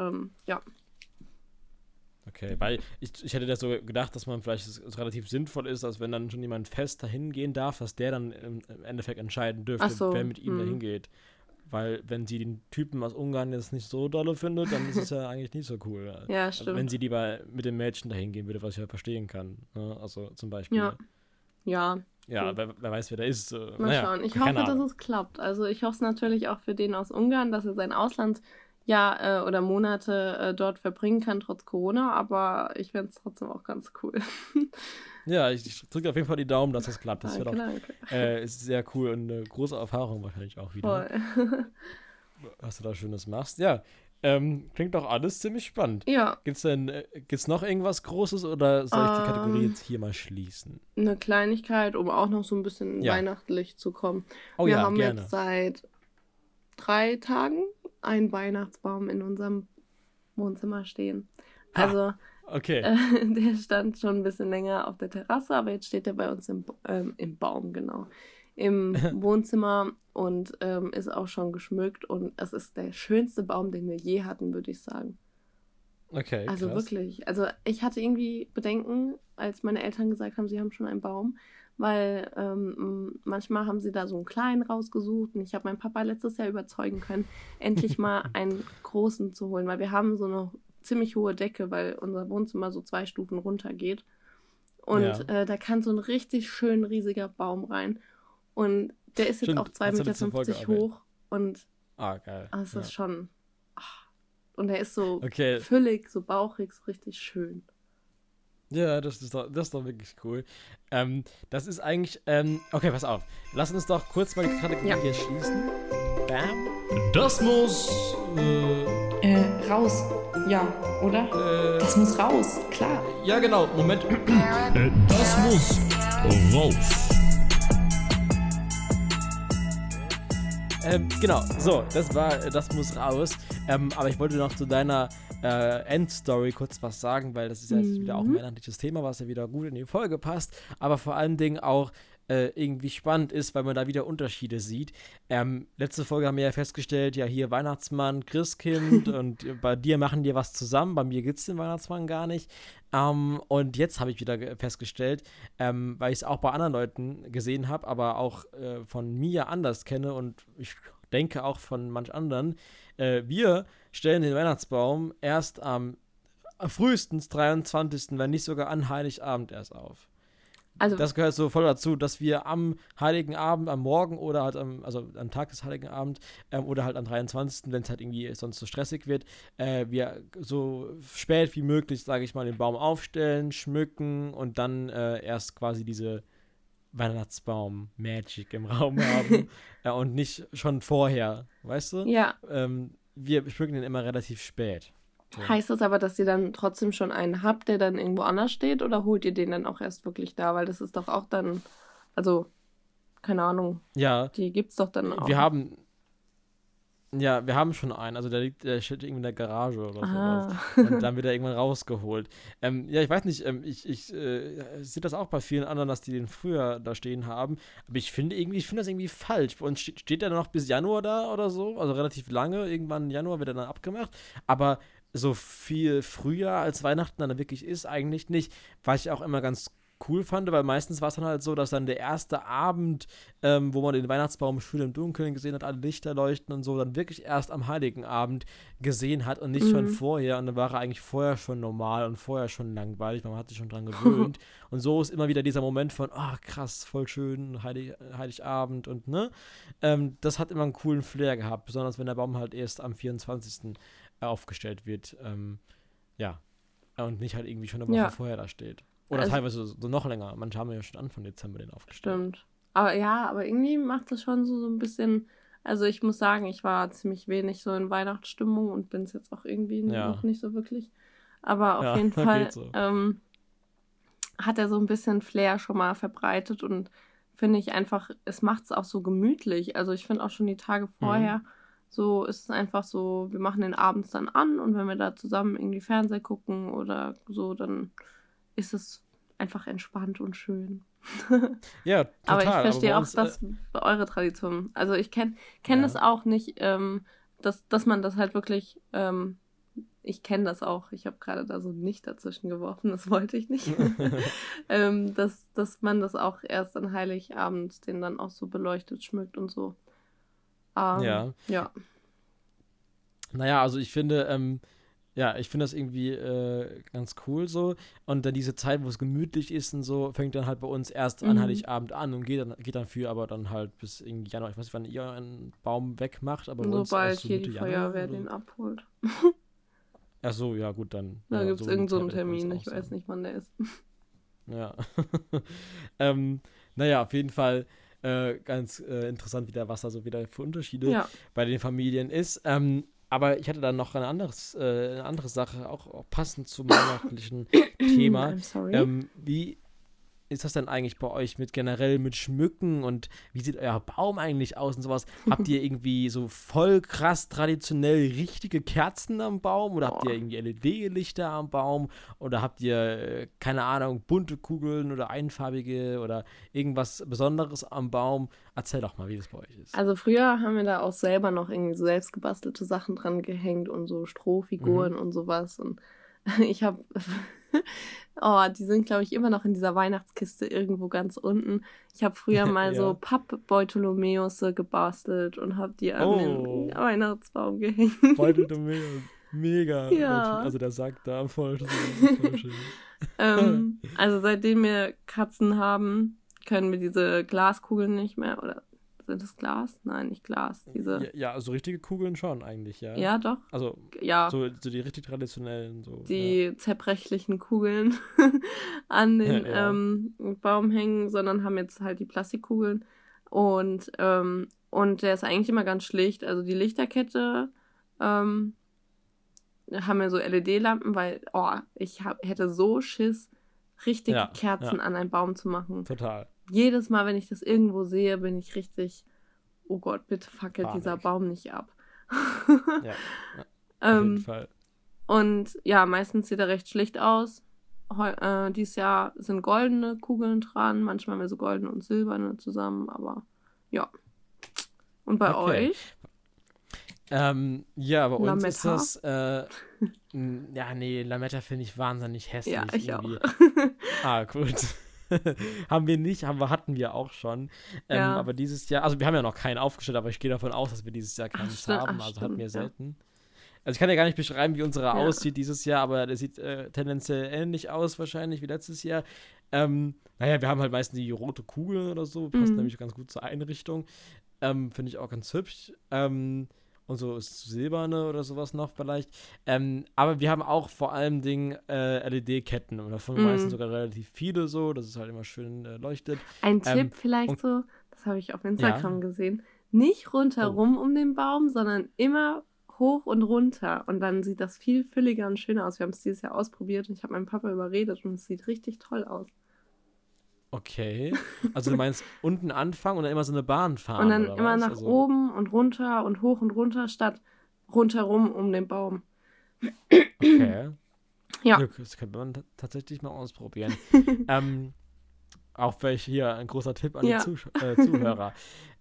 Okay, weil ich hätte das so gedacht, dass man vielleicht es relativ sinnvoll ist, dass wenn dann schon jemand fest dahin gehen darf, dass der dann im Endeffekt entscheiden dürfte, wer mit ihm dahin geht. Weil wenn sie den Typen aus Ungarn jetzt nicht so dolle findet, dann ist es ja eigentlich nicht so cool. Ja, stimmt. Also wenn sie lieber mit dem Mädchen dahin gehen würde, was ich ja verstehen kann. Ne? Also zum Beispiel. Ja, wer weiß, wer der ist. Mal schauen. Ich hoffe, dass es klappt. Also ich hoffe es natürlich auch für den aus Ungarn, dass er sein Auslandsjahr oder Monate dort verbringen kann, trotz Corona. Aber ich fände es trotzdem auch ganz cool. Ja, ich drücke auf jeden Fall die Daumen, dass das klappt. Das wäre doch ist sehr cool und eine große Erfahrung wahrscheinlich auch wieder. Voll. Was du da Schönes machst. Ja, klingt doch alles ziemlich spannend. Ja. Gibt's noch irgendwas Großes oder soll ich die Kategorie jetzt hier mal schließen? Eine Kleinigkeit, um auch noch so ein bisschen weihnachtlich zu kommen. Oh, Wir haben jetzt seit 3 Tagen einen Weihnachtsbaum in unserem Wohnzimmer stehen. Also okay. Der stand schon ein bisschen länger auf der Terrasse, aber jetzt steht er bei uns im Baum, genau. Im Wohnzimmer und ist auch schon geschmückt und es ist der schönste Baum, den wir je hatten, würde ich sagen. Okay, also krass. Wirklich. Also ich hatte irgendwie Bedenken, als meine Eltern gesagt haben, sie haben schon einen Baum, weil manchmal haben sie da so einen kleinen rausgesucht und ich habe meinen Papa letztes Jahr überzeugen können, endlich mal einen großen zu holen, weil wir haben so eine ziemlich hohe Decke, weil unser Wohnzimmer so 2 Stufen runter geht. Und da kann so ein richtig schön riesiger Baum rein. Und der ist jetzt auch 2,50 Meter hoch. Und geil. Das ist schon. Und der ist so füllig, so bauchig, so richtig schön. Ja, das ist doch wirklich cool. Das ist eigentlich. Okay, pass auf. Lass uns doch kurz mal die Kategorie hier schließen. Bam. Das muss Raus. Ja, oder? Das muss raus, klar. Ja, genau. Moment. Das muss raus. Genau, so, das muss raus. Aber ich wollte noch zu deiner Endstory kurz was sagen, weil das ist ja jetzt wieder auch ein inhaltliches Thema, was ja wieder gut in die Folge passt, aber vor allen Dingen auch irgendwie spannend ist, weil man da wieder Unterschiede sieht. Letzte Folge haben wir ja festgestellt, ja hier Weihnachtsmann, Christkind und bei dir machen die was zusammen, bei mir gibt es den Weihnachtsmann gar nicht. Und jetzt habe ich wieder festgestellt, weil ich es auch bei anderen Leuten gesehen habe, aber auch von mir anders kenne und ich denke auch von manch anderen, wir stellen den Weihnachtsbaum erst am frühestens 23., wenn nicht sogar an Heiligabend erst auf. Also, das gehört so voll dazu, dass wir am Heiligen Abend, am Morgen oder halt am Tag des Heiligen Abend oder halt am 23., wenn es halt irgendwie sonst so stressig wird, wir so spät wie möglich, sage ich mal, den Baum aufstellen, schmücken und dann erst quasi diese Weihnachtsbaum-Magic im Raum haben und nicht schon vorher, weißt du? Ja. Wir schmücken den immer relativ spät. So. Heißt das aber, dass ihr dann trotzdem schon einen habt, der dann irgendwo anders steht, oder holt ihr den dann auch erst wirklich da? Weil das ist doch auch dann, also, keine Ahnung. Ja. Die gibt's doch dann auch. Wir haben schon einen, also der steht irgendwie in der Garage oder sowas. Und dann wird er irgendwann rausgeholt. Ja, ich weiß nicht, ich sehe das auch bei vielen anderen, dass die den früher da stehen haben. Aber ich finde das irgendwie falsch. Bei uns steht der noch bis Januar da oder so, also relativ lange. Irgendwann im Januar wird er dann abgemacht. Aber so viel früher als Weihnachten dann wirklich ist, eigentlich nicht. Was ich auch immer ganz cool fand, weil meistens war es dann halt so, dass dann der erste Abend, wo man den Weihnachtsbaum schön im Dunkeln gesehen hat, alle Lichter leuchten und so, dann wirklich erst am Heiligen Abend gesehen hat und nicht schon vorher. Und dann war er eigentlich vorher schon normal und vorher schon langweilig, man hat sich schon dran gewöhnt. Und so ist immer wieder dieser Moment von, krass, voll schön, Heiligabend und ne. Das hat immer einen coolen Flair gehabt, besonders wenn der Baum halt erst am 24. aufgestellt wird. Und nicht halt irgendwie schon eine Woche vorher da steht. Oder teilweise so noch länger. Manche haben ja schon Anfang Dezember den aufgestellt. Stimmt. Aber irgendwie macht das schon so ein bisschen, also ich muss sagen, ich war ziemlich wenig so in Weihnachtsstimmung und bin es jetzt auch irgendwie noch nicht so wirklich. Aber auf jeden Fall so. hat er so ein bisschen Flair schon mal verbreitet und finde ich einfach, es macht es auch so gemütlich. Also ich finde auch schon die Tage vorher, so ist es einfach so, wir machen den abends dann an und wenn wir da zusammen irgendwie Fernsehen gucken oder so, dann ist es einfach entspannt und schön. Ja, total. Aber ich verstehe auch eure Tradition. Also ich kenn das auch nicht, dass man das halt wirklich, ich kenne das auch, ich habe gerade da so nicht dazwischen geworfen, das wollte ich nicht, dass man das auch erst an Heiligabend den dann auch so beleuchtet, schmückt und so. Ja. Naja, also ich finde, ich finde das irgendwie ganz cool so. Und dann diese Zeit, wo es gemütlich ist und so, fängt dann halt bei uns erst an Heiligabend an und geht dann für aber dann halt bis irgendwie Januar. Ich weiß nicht, wann ihr einen Baum wegmacht, aber bei uns sobald so hier die Feuerwehr den abholt. Ach so, ja gut, dann. Da gibt es irgend so einen Termin, ich weiß nicht, wann der ist. Ja. Naja, auf jeden Fall ganz interessant, wie der Wasser so wieder für Unterschiede bei den Familien ist. Aber ich hatte dann noch eine andere Sache, auch passend zum weihnachtlichen Thema. I'm sorry. Wie ist das denn eigentlich bei euch generell mit Schmücken und wie sieht euer Baum eigentlich aus und sowas? Habt ihr irgendwie so voll krass traditionell richtige Kerzen am Baum oder habt ihr irgendwie LED-Lichter am Baum oder habt ihr, keine Ahnung, bunte Kugeln oder einfarbige oder irgendwas Besonderes am Baum? Erzähl doch mal, wie das bei euch ist. Also früher haben wir da auch selber noch irgendwie so selbst gebastelte Sachen dran gehängt und so Strohfiguren und sowas und ich habe die sind, glaube ich, immer noch in dieser Weihnachtskiste irgendwo ganz unten. Ich habe früher mal so Papp-Bartholomäus gebastelt und habe die an den Weihnachtsbaum gehängt. Bartholomäus, mega. Ja. Also der sagt da voll schön. Also seitdem wir Katzen haben, können wir diese Glaskugeln nicht mehr, oder sind das Glas? Nein, nicht Glas. Ja, also richtige Kugeln schon eigentlich, ja. Ja, doch. Also so die richtig traditionellen. So, die zerbrechlichen Kugeln an den Baum hängen, sondern haben jetzt halt die Plastikkugeln. Und der ist eigentlich immer ganz schlicht. Also die Lichterkette haben wir so LED-Lampen, weil, ich hätte so Schiss, richtige Kerzen an einen Baum zu machen. Total. Jedes Mal, wenn ich das irgendwo sehe, bin ich richtig, oh Gott, bitte fackelt dieser Baum nicht ab. Auf jeden Fall. Und ja, meistens sieht er recht schlicht aus. Dieses Jahr sind goldene Kugeln dran, manchmal haben wir so goldene und silberne zusammen, aber ja. Und bei euch? Bei Lametta? uns ist das, Lametta finde ich wahnsinnig hässlich. Ja, ich irgendwie. auch. Gut. Haben wir nicht, hatten wir auch schon. Aber dieses Jahr, also wir haben ja noch keinen aufgestellt, aber ich gehe davon aus, dass wir dieses Jahr keinen haben. Also hatten wir selten. Also ich kann ja gar nicht beschreiben, wie unsere aussieht dieses Jahr, aber der sieht tendenziell ähnlich aus wahrscheinlich wie letztes Jahr. Wir haben halt meistens die rote Kugel oder so, passt nämlich ganz gut zur Einrichtung. Finde ich auch ganz hübsch. Und so ist silberne oder sowas noch vielleicht. Aber wir haben auch vor allem LED-Ketten und davon meistens sogar relativ viele so, dass es halt immer schön leuchtet. Ein Tipp vielleicht so, das habe ich auf Instagram gesehen, nicht rundherum um den Baum, sondern immer hoch und runter und dann sieht das viel fülliger und schöner aus. Wir haben es dieses Jahr ausprobiert und ich habe meinen Papa überredet und es sieht richtig toll aus. Okay, also du meinst unten anfangen und dann immer so eine Bahn fahren? Und dann oder immer was? nach oben und runter und hoch und runter statt rundherum um den Baum. Okay. Ja. Das könnte man tatsächlich mal ausprobieren. Auch vielleicht hier ein großer Tipp an die Zuhörer.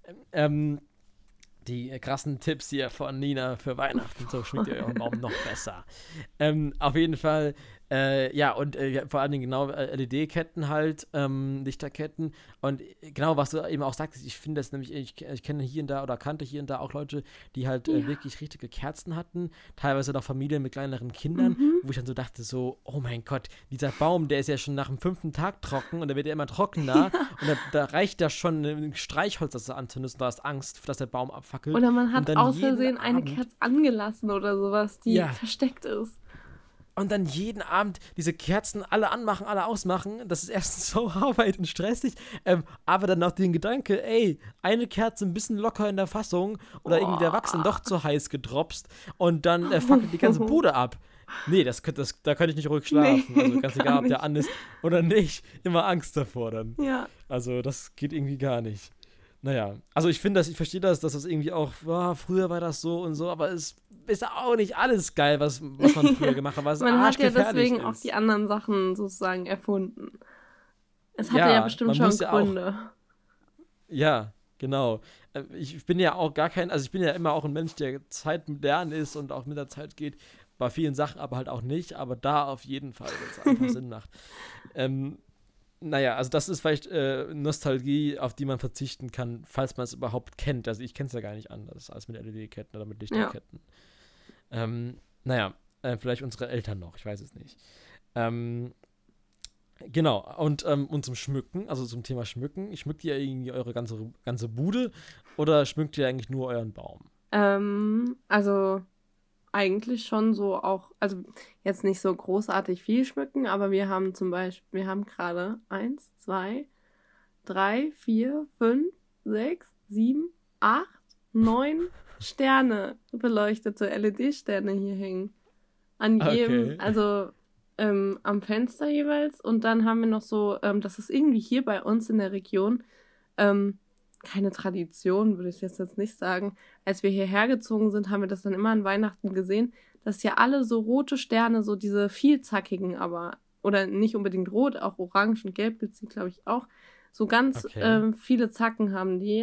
Die krassen Tipps hier von Nina für Weihnachten. So schmeckt ihr euren Baum noch besser. Auf jeden Fall, vor allen Dingen genau LED-Ketten halt, Lichterketten. Und genau, was du eben auch sagtest, ich finde das nämlich, ich kenne hier und da oder kannte hier und da auch Leute, die halt wirklich richtige Kerzen hatten. Teilweise noch Familien mit kleineren Kindern, wo ich dann so dachte, so, oh mein Gott, dieser Baum, der ist ja schon nach dem 5. Tag trocken und der wird ja immer trockener. Und da reicht ja schon ein Streichholz, das du anzündest und du hast Angst, dass der Baum abfackelt. Oder man hat aus Versehen eine Kerze angelassen oder sowas, die versteckt ist. Und dann jeden Abend diese Kerzen alle anmachen, alle ausmachen. Das ist erstens so Arbeit und stressig. Aber dann noch den Gedanke, eine Kerze ein bisschen locker in der Fassung oder irgendwie der Wachs dann doch zu heiß gedropst und dann fackelt die ganze Bude ab. Nee, da könnte ich nicht ruhig schlafen. Nee, also ganz egal, ob der an ist oder nicht. Immer Angst davor dann. Ja. Also das geht irgendwie gar nicht. Naja, also ich verstehe das, dass das irgendwie auch, früher war das so und so, aber es ist auch nicht alles geil, was man früher gemacht hat, was man hat ja deswegen ist. auch die anderen Sachen sozusagen erfunden. Es hatte ja bestimmt schon Gründe. Ja, genau. Ich bin ja auch ich bin ja immer auch ein Mensch, der zeitmodern ist und auch mit der Zeit geht, bei vielen Sachen aber halt auch nicht, aber da auf jeden Fall, weil es einfach Sinn macht. Also das ist vielleicht Nostalgie, auf die man verzichten kann, falls man es überhaupt kennt. Also ich kenne es ja gar nicht anders als mit LED-Ketten oder mit Lichterketten. Vielleicht unsere Eltern noch, ich weiß es nicht. Genau, und zum Schmücken, also zum Thema Schmücken, schmückt ihr irgendwie eure ganze Bude oder schmückt ihr eigentlich nur euren Baum? Also eigentlich schon so auch, also jetzt nicht so großartig viel schmücken, aber wir haben gerade 1, 2, 3, 4, 5, 6, 7, 8, 9 Sterne, beleuchtete LED-Sterne hier hängen. An jedem, also am Fenster jeweils. Und dann haben wir noch so, das ist irgendwie hier bei uns in der Region, keine Tradition, würde ich jetzt nicht sagen. Als wir hierher gezogen sind, haben wir das dann immer an Weihnachten gesehen, dass ja alle so rote Sterne, so diese vielzackigen, aber, oder nicht unbedingt rot, auch orange und gelb gibt es die, glaube ich, auch, so ganz viele Zacken haben die,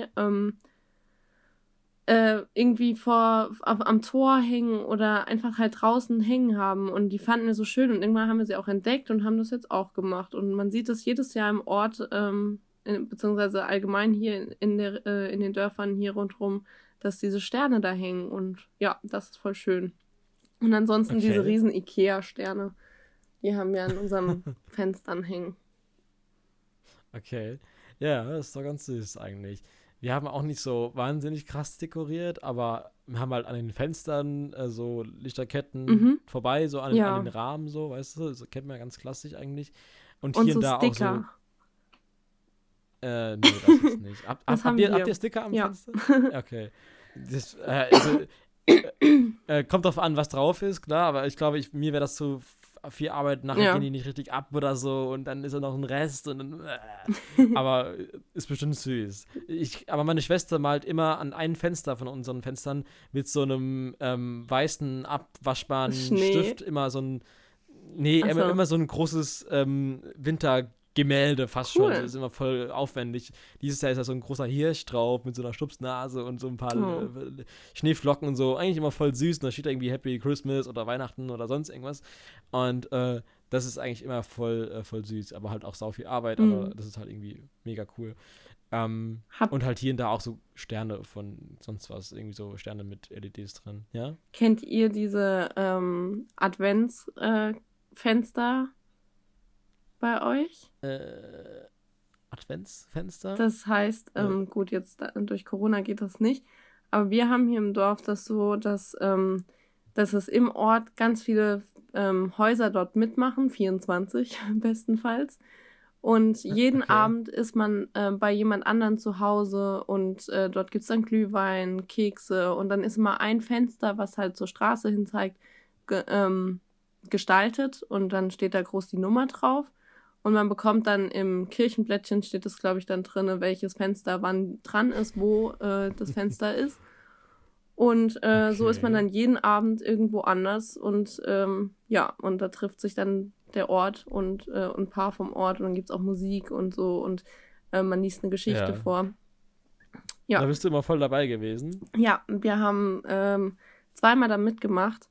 irgendwie am Tor hängen oder einfach halt draußen hängen haben und die fanden wir so schön und irgendwann haben wir sie auch entdeckt und haben das jetzt auch gemacht und man sieht das jedes Jahr im Ort, beziehungsweise allgemein hier in den Dörfern hier rundherum, dass diese Sterne da hängen und ja, das ist voll schön. Und ansonsten diese riesen Ikea-Sterne, die haben wir an unseren Fenstern hängen. Okay, ja, das ist doch ganz süß eigentlich. Wir haben auch nicht so wahnsinnig krass dekoriert, aber wir haben halt an den Fenstern so Lichterketten vorbei, so an den Rahmen so, weißt du, so kennt man ja ganz klassisch eigentlich. Und hier so und da Sticker. Auch so nee, das ist nicht. Habt ihr Sticker am Fenster? Okay. kommt drauf an, was drauf ist, klar, aber ich glaube, mir wäre das zu viel Arbeit, nachher gehen die nicht richtig ab oder so und dann ist da noch ein Rest und dann, aber ist bestimmt süß. Aber meine Schwester malt immer an einem Fenster von unseren Fenstern mit so einem weißen, abwaschbaren Stift immer so ein immer so ein großes Wintergemälde fast schon. Das ist immer voll aufwendig. Dieses Jahr ist da so ein großer Hirsch drauf mit so einer Stupsnase und so ein paar Schneeflocken und so. Eigentlich immer voll süß. Und da steht da irgendwie Happy Christmas oder Weihnachten oder sonst irgendwas. Und das ist eigentlich immer voll süß. Aber halt auch sau viel Arbeit. Aber das ist halt irgendwie mega cool. Und halt hier und da auch so Sterne von sonst was. Irgendwie so Sterne mit LEDs drin. Ja? Kennt ihr diese Adventsfenster bei euch? Adventsfenster? Das heißt, gut, jetzt durch Corona geht das nicht, aber wir haben hier im Dorf das so, dass es im Ort ganz viele Häuser dort mitmachen, 24 bestenfalls. Und jeden Abend ist man bei jemand anderen zu Hause und dort gibt es dann Glühwein, Kekse und dann ist immer ein Fenster, was halt zur Straße hin zeigt, gestaltet und dann steht da groß die Nummer drauf. Und man bekommt dann im Kirchenblättchen, steht es, glaube ich, dann drin, welches Fenster wann dran ist, wo das Fenster ist. Und so ist man dann jeden Abend irgendwo anders. Und und da trifft sich dann der Ort und ein Paar vom Ort. Und dann gibt es auch Musik und so. Und man liest eine Geschichte vor. Ja. Da bist du immer voll dabei gewesen. Ja, wir haben zweimal da mitgemacht.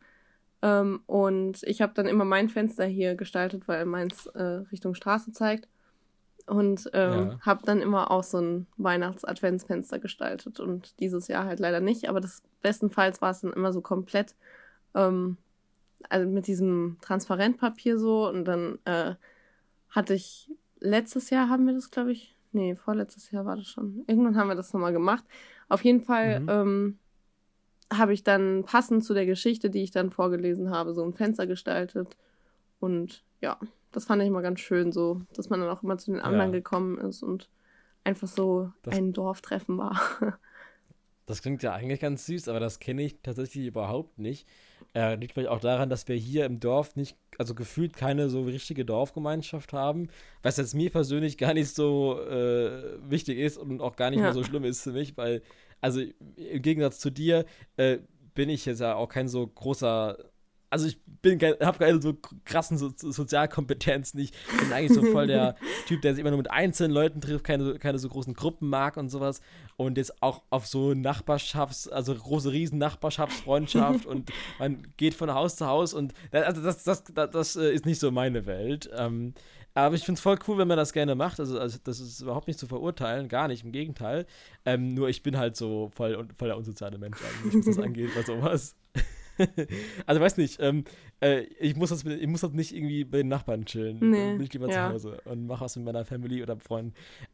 Und ich habe dann immer mein Fenster hier gestaltet, weil meins Richtung Straße zeigt. Und habe dann immer auch so ein Weihnachts-Adventsfenster gestaltet. Und dieses Jahr halt leider nicht. Aber bestenfalls war es dann immer so komplett, also mit diesem Transparentpapier so. Und dann hatte ich, letztes Jahr haben wir das, glaube ich, vorletztes Jahr war das schon. Irgendwann haben wir das nochmal gemacht. Auf jeden Fall habe ich dann passend zu der Geschichte, die ich dann vorgelesen habe, so ein Fenster gestaltet. Und ja, das fand ich immer ganz schön so, dass man dann auch immer zu den anderen gekommen ist und einfach so ein Dorftreffen war. Das klingt ja eigentlich ganz süß, aber das kenne ich tatsächlich überhaupt nicht. Liegt vielleicht auch daran, dass wir hier im Dorf nicht, also gefühlt keine so richtige Dorfgemeinschaft haben, was jetzt mir persönlich gar nicht so wichtig ist und auch gar nicht mehr so schlimm ist für mich, weil, also im Gegensatz zu dir bin ich jetzt ja auch kein so großer, also ich habe keine so krassen Sozialkompetenzen. Ich bin eigentlich so voll der Typ, der sich immer nur mit einzelnen Leuten trifft, keine so großen Gruppen mag und sowas. Und jetzt auch auf so also große Riesen-Nachbarschaftsfreundschaft und man geht von Haus zu Haus und das ist nicht so meine Welt. Aber ich finde es voll cool, wenn man das gerne macht. Also das ist überhaupt nicht zu verurteilen, gar nicht, im Gegenteil. Nur ich bin halt so voll der unsoziale Mensch eigentlich, was das angeht bei sowas. Also weiß nicht, ich muss das nicht irgendwie bei den Nachbarn chillen. Nee, ich gehe mal zu Hause und mache was mit meiner Family oder Freunden.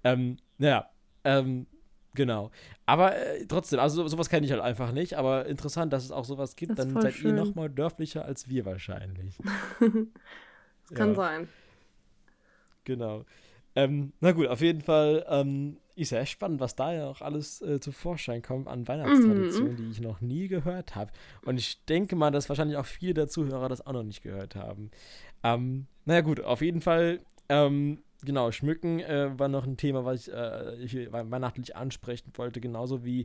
Genau. Aber trotzdem, also sowas kenne ich halt einfach nicht. Aber interessant, dass es auch sowas gibt. Dann seid ihr noch mal dörflicher als wir wahrscheinlich. Das kann sein. Genau. Na gut, auf jeden Fall ist ja echt spannend, was da ja auch alles zu Vorschein kommt an Weihnachtstraditionen, die ich noch nie gehört habe. Und ich denke mal, dass wahrscheinlich auch viele der Zuhörer das auch noch nicht gehört haben. Naja gut, auf jeden Fall, genau, Schmücken war noch ein Thema, was ich weihnachtlich ansprechen wollte, genauso wie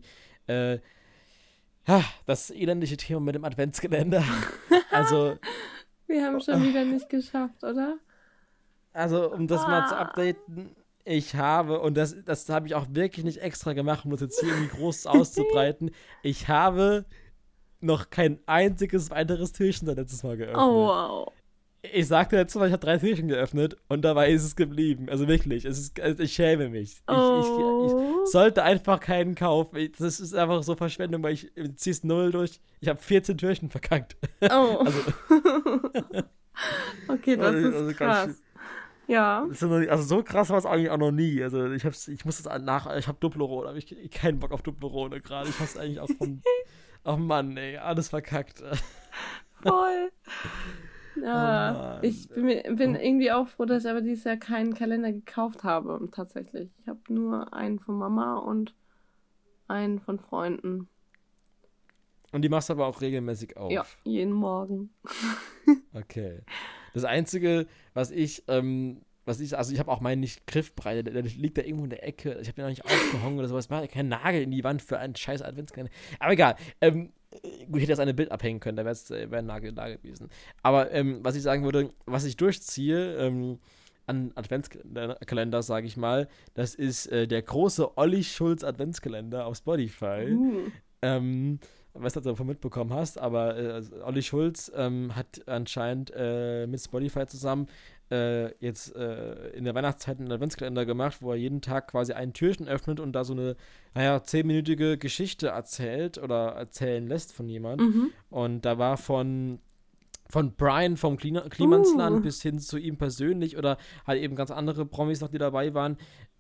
das elendige Thema mit dem Adventskalender. Also wir haben schon wieder nicht geschafft, oder? Also, um das mal zu updaten, ich habe, und das habe ich auch wirklich nicht extra gemacht, um das jetzt hier irgendwie groß auszubreiten, ich habe noch kein einziges weiteres Türchen seit letztes Mal geöffnet. Oh, wow. Ich sagte letztes Mal, ich habe 3 Türchen geöffnet und dabei ist es geblieben. Also wirklich, ich schäme mich. Ich sollte einfach keinen kaufen. Das ist einfach so Verschwendung, weil ich ziehe es 0 durch. Ich habe 14 Türchen verkackt. Oh. Also, okay, das ist krass. Ja. Also so krass war es eigentlich auch noch nie. Also ich muss das ich habe Duplo-Rot, aber ich keinen Bock auf Duplo-Rot gerade. Ich hasse eigentlich auch von, oh Mann, ey, alles verkackt. Voll. Ja, ich bin irgendwie auch froh, dass ich aber dieses Jahr keinen Kalender gekauft habe, tatsächlich. Ich habe nur einen von Mama und einen von Freunden. Und die machst du aber auch regelmäßig auf? Ja, jeden Morgen. Okay. Das Einzige, also ich habe auch meinen nicht griffbereit, der liegt da irgendwo in der Ecke. Ich habe den noch nicht aufgehangen oder sowas. Ich mache keinen Nagel in die Wand für einen scheiß Adventskalender. Aber egal. Gut, ich hätte jetzt eine Bild abhängen können, da wäre ein Nagel da gewesen. Aber was ich sagen würde, was ich durchziehe an Adventskalender, sage ich mal, das ist der große Olli Schulz Adventskalender auf Spotify. Was du davon mitbekommen hast, aber Olli Schulz hat anscheinend mit Spotify zusammen jetzt in der Weihnachtszeit einen Adventskalender gemacht, wo er jeden Tag quasi ein Türchen öffnet und da so eine, 10-minütige Geschichte erzählt oder erzählen lässt von jemandem. Und da war von Brian vom Klimansland bis hin zu ihm persönlich oder halt eben ganz andere Promis noch, die dabei waren,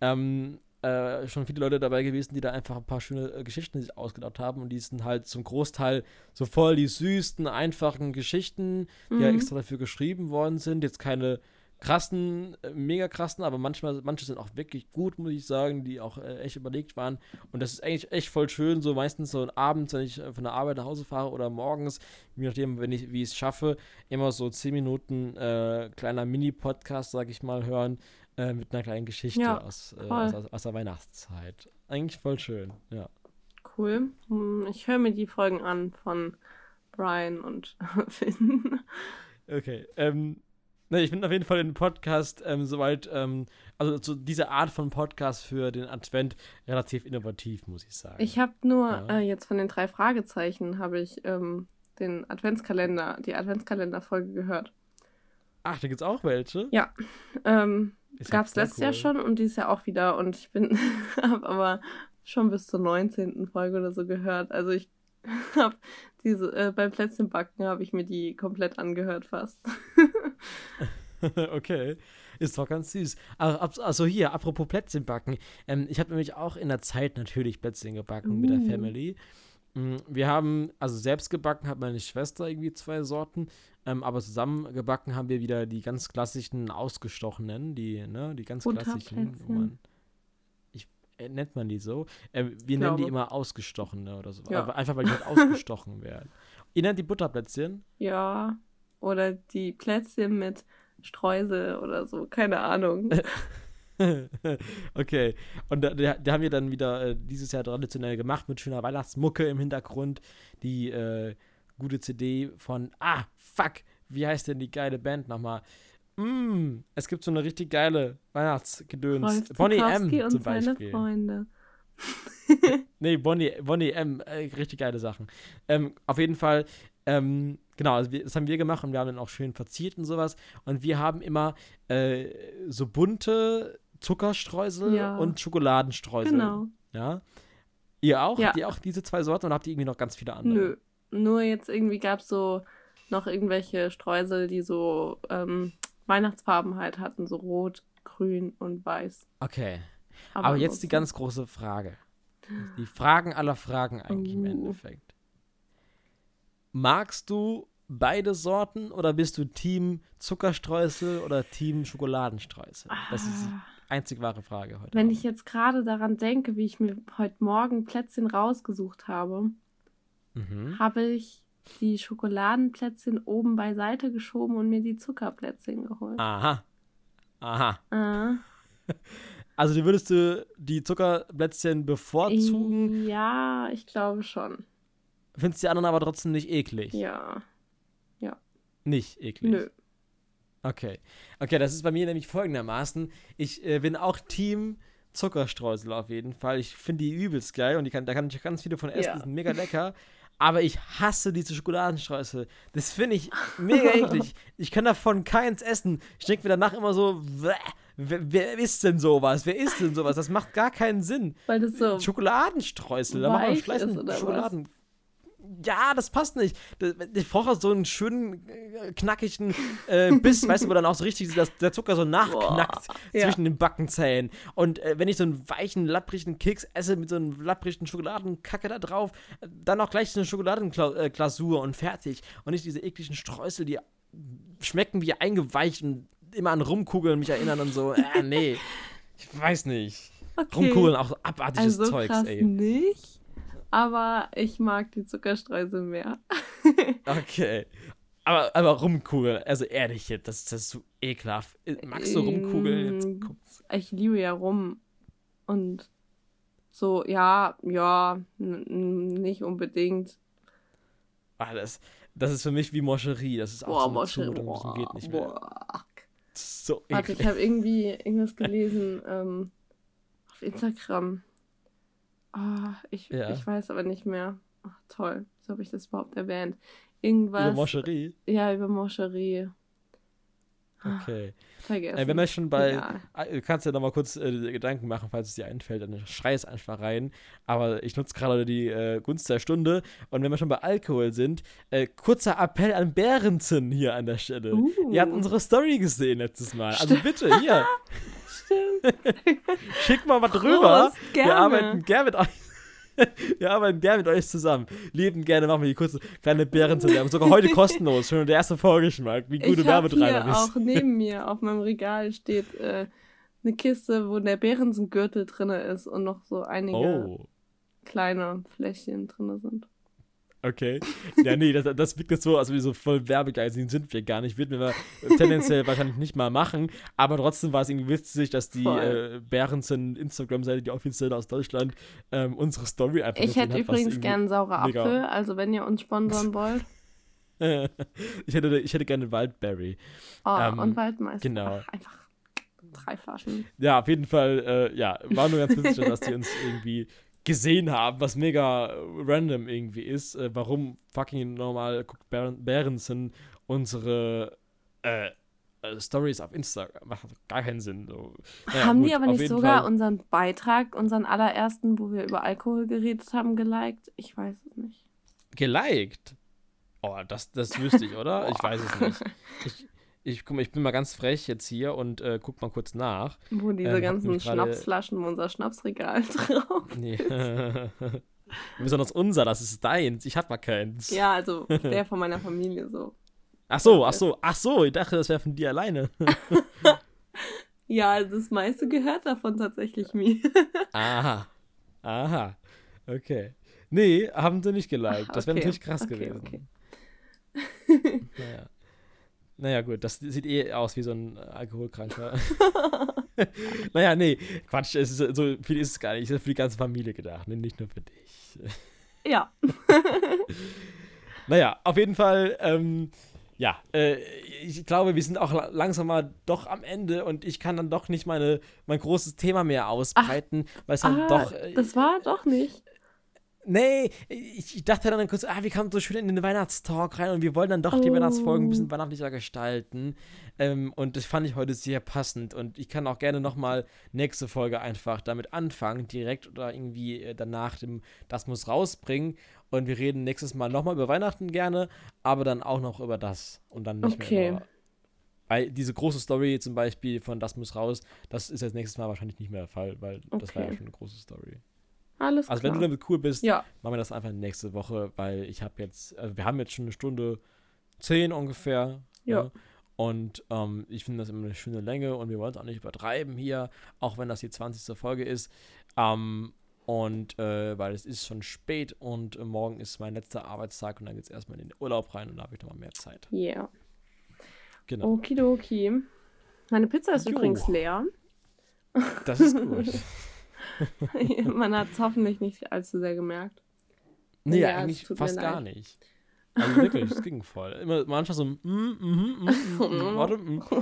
schon viele Leute dabei gewesen, die da einfach ein paar schöne Geschichten sich ausgedacht haben und die sind halt zum Großteil so voll die süßen, einfachen Geschichten, die ja extra dafür geschrieben worden sind. Jetzt keine krassen, mega krassen, aber manche sind auch wirklich gut, muss ich sagen, die auch echt überlegt waren. Und das ist eigentlich echt voll schön, so meistens so abends, wenn ich von der Arbeit nach Hause fahre oder morgens, je nachdem, wie ich es schaffe, immer so 10 Minuten kleiner Mini-Podcast, sag ich mal, hören, mit einer kleinen Geschichte aus der Weihnachtszeit. Eigentlich voll schön, ja. Cool. Ich höre mir die Folgen an von Brian und Finn. Okay, ich finde auf jeden Fall den Podcast soweit, also so diese Art von Podcast für den Advent relativ innovativ, muss ich sagen. Ich habe nur jetzt von den 3 Fragezeichen habe ich die Adventskalenderfolge gehört. Ach, da gibt's auch welche? Ja, gab es letztes Jahr schon und dieses Jahr auch wieder und ich habe aber schon bis zur 19. Folge oder so gehört. Also ich habe beim Plätzchenbacken habe ich mir die komplett angehört fast. Okay, ist doch ganz süß. Also hier, apropos Plätzchenbacken. Ich habe nämlich auch in der Zeit natürlich Plätzchen gebacken mit der Family. Wir haben, also selbst gebacken hat meine Schwester irgendwie 2 Sorten, aber zusammen gebacken haben wir wieder die ganz klassischen ausgestochenen, die ganz klassischen, nennt man die so? Wir nennen die immer ausgestochene oder so. Ja. Einfach, weil die halt ausgestochen werden. Ihr nennt die Butterplätzchen? Ja, oder die Plätzchen mit Streusel oder so, keine Ahnung. Okay, und da haben wir dann wieder dieses Jahr traditionell gemacht mit schöner Weihnachtsmucke im Hintergrund. Die gute CD von, wie heißt denn die geile Band nochmal? Es gibt so eine richtig geile Weihnachtsgedöns. Bonnie M. zum Beispiel. Freunde. Nee, Bonnie M. Richtig geile Sachen. Auf jeden Fall, genau, also das haben wir gemacht und wir haben dann auch schön verziert und sowas. Und wir haben immer so bunte Zuckerstreusel und Schokoladenstreusel. Genau. Ja. Ihr auch? Ja. Habt ihr auch diese 2 Sorten oder habt ihr irgendwie noch ganz viele andere? Nö, nur jetzt irgendwie gab es so noch irgendwelche Streusel, die so Weihnachtsfarben halt hatten, so rot, grün und weiß. Okay. Aber jetzt die ganz große Frage. Die Fragen aller Fragen eigentlich im Endeffekt. Magst du beide Sorten oder bist du Team Zuckerstreusel oder Team Schokoladenstreusel? Das ist die einzig wahre Frage heute. Wenn ich jetzt gerade daran denke, wie ich mir heute Morgen Plätzchen rausgesucht habe, habe ich die Schokoladenplätzchen oben beiseite geschoben und mir die Zuckerplätzchen geholt. Aha. Also würdest du die Zuckerplätzchen bevorzugen? Ja, ich glaube schon. Findest du die anderen aber trotzdem nicht eklig? Ja. Nicht eklig? Nö. Okay, das ist bei mir nämlich folgendermaßen. Ich bin auch Team Zuckerstreusel auf jeden Fall. Ich finde die übelst geil und da kann ich ganz viele von essen. Die sind mega lecker. Aber ich hasse diese Schokoladenstreusel. Das finde ich mega eklig. Ich kann davon keins essen. Ich denke mir danach immer so, wer isst denn sowas? Das macht gar keinen Sinn. Weil das so Schokoladenstreusel. Da machen wir Schokoladen. Ja, das passt nicht. Ich brauche so einen schönen, knackigen Biss, weißt du, wo dann auch so richtig der Zucker so nachknackt zwischen den Backenzähnen. Und wenn ich so einen weichen, lapprigen Keks esse mit so einem lapprigen Schokoladenkacke da drauf, dann auch gleich so eine Schokoladenglasur und fertig. Und nicht diese ekligen Streusel, die schmecken wie eingeweicht und immer an Rumkugeln mich erinnern und so. Nee, ich weiß nicht. Okay. Rumkugeln, auch so abartiges also Zeugs, krass ey. Nicht. Aber ich mag die Zuckerstreusel mehr. Okay. Aber Rumkugeln, also ehrlich, das ist so ekelhaft. Magst du Rumkugeln? Ich liebe ja Rum. Und so, ja, nicht unbedingt. Das ist für mich wie Moscherie. Das ist auch so eine Zumutung, das geht nicht mehr. So eklig. Warte, ich habe irgendwas gelesen auf Instagram. Ich weiß aber nicht mehr. Ach, toll. So habe ich das überhaupt erwähnt. Irgendwas. Über Moscherie? Ja, über Moscherie. Okay. Vergessen. Wenn wir schon du kannst ja nochmal kurz Gedanken machen, falls es dir einfällt, dann schrei es einfach rein. Aber ich nutze gerade die Gunst der Stunde. Und wenn wir schon bei Alkohol sind, kurzer Appell an Behrensen hier an der Stelle. Ihr habt unsere Story gesehen letztes Mal. Stimmt. Also bitte, hier. Stimmt. Schickt mal was drüber. Gerne. Wir arbeiten gerne mit euch. Wir arbeiten gerne mit euch zusammen. Liebend gerne machen wir die kurze kleine Behrensen. Sogar heute kostenlos. Schon der erste Vorgeschmack. Wie gute Werbetreiber bist. Auch neben mir auf meinem Regal steht eine Kiste, wo der Behrensengürtel drin ist und noch so einige kleine Fläschchen drin sind. Okay. Ja, nee, das wirkt jetzt so, also wie so voll werbegeizig sind wir gar nicht. Würden wir tendenziell wahrscheinlich nicht mal machen, aber trotzdem war es irgendwie witzig, dass die Behrensen Instagram-Seite, die offizielle aus Deutschland, unsere Story einfach Ich hätte übrigens gern einen sauren Apfel, also wenn ihr uns sponsern wollt. Ich hätte gerne Waldberry. Und Waldmeister. Genau. Einfach 3 Flaschen. Ja, auf jeden Fall, war nur ganz witzig, dass die uns irgendwie gesehen haben, was mega random irgendwie ist. Warum fucking normal guckt Behrensen unsere Stories auf Instagram? Macht gar keinen Sinn. So. Haben die aber nicht sogar unseren Beitrag, unseren allerersten, wo wir über Alkohol geredet haben, geliked? Ich weiß es nicht. Geliked? Oh, das wüsste ich, oder? Ich weiß es nicht. Ich bin mal ganz frech jetzt hier und guck mal kurz nach. Wo diese ganzen Schnapsflaschen, unser Schnapsregal drauf nee. Besonders unser, das ist deins. Ich hab mal keins. Ja, also der von meiner Familie so. Ach so, ich dachte, das wäre von dir alleine. Ja, das meiste gehört davon tatsächlich mir. Aha. Okay. Nee, haben sie nicht geliked. Das wäre natürlich krass gewesen. Okay. Naja, gut, das sieht aus wie so ein Alkoholkranker. Naja, nee, Quatsch, so viel ist es gar nicht. Es ist für die ganze Familie gedacht, nicht nur für dich. Ja. Naja, auf jeden Fall, ich glaube, wir sind auch langsam mal doch am Ende und ich kann dann doch nicht mein großes Thema mehr ausbreiten, weil es dann doch... das war doch nicht. Nee, ich dachte dann kurz, wir kamen so schön in den Weihnachtstalk rein und wir wollen dann doch die Weihnachtsfolgen ein bisschen weihnachtlicher gestalten. Und das fand ich heute sehr passend. Und ich kann auch gerne nochmal nächste Folge einfach damit anfangen, direkt oder irgendwie danach das muss rausbringen. Und wir reden nächstes Mal nochmal über Weihnachten gerne, aber dann auch noch über das. Und dann nicht mehr über... Weil diese große Story zum Beispiel von Das muss raus, das ist jetzt nächstes Mal wahrscheinlich nicht mehr der Fall, weil das war ja schon eine große Story. Alles klar. Also wenn du damit cool bist, machen wir das einfach nächste Woche, weil wir haben jetzt schon 1:10 ungefähr. Ja. Und ich finde das immer eine schöne Länge und wir wollen es auch nicht übertreiben hier, auch wenn das die 20. Folge ist. Weil es ist schon spät und morgen ist mein letzter Arbeitstag und dann geht es erstmal in den Urlaub rein und da habe ich nochmal mehr Zeit. Ja. Yeah. Genau. Okidoki. Meine Pizza ist übrigens leer. Das ist gut. Man hat es hoffentlich nicht allzu sehr gemerkt. Nee, ja, eigentlich fast gar nicht. Also wirklich, es ging voll. Immer manchmal so, warte,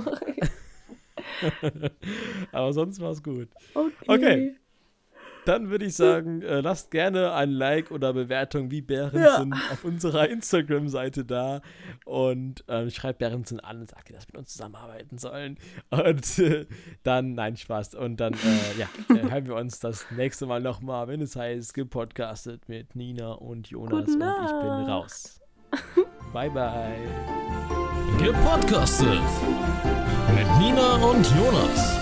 Aber sonst war es gut. Okay. Dann würde ich sagen, lasst gerne ein Like oder Bewertung wie Behrensen auf unserer Instagram-Seite da und schreibt Behrensen an und sagt, dass wir mit uns zusammenarbeiten sollen. Und dann, nein, Spaß. Und dann, hören wir uns das nächste Mal nochmal, wenn es heißt, gepodcastet mit Nina und Jonas und ich bin raus. Bye, bye. Gepodcastet mit Nina und Jonas.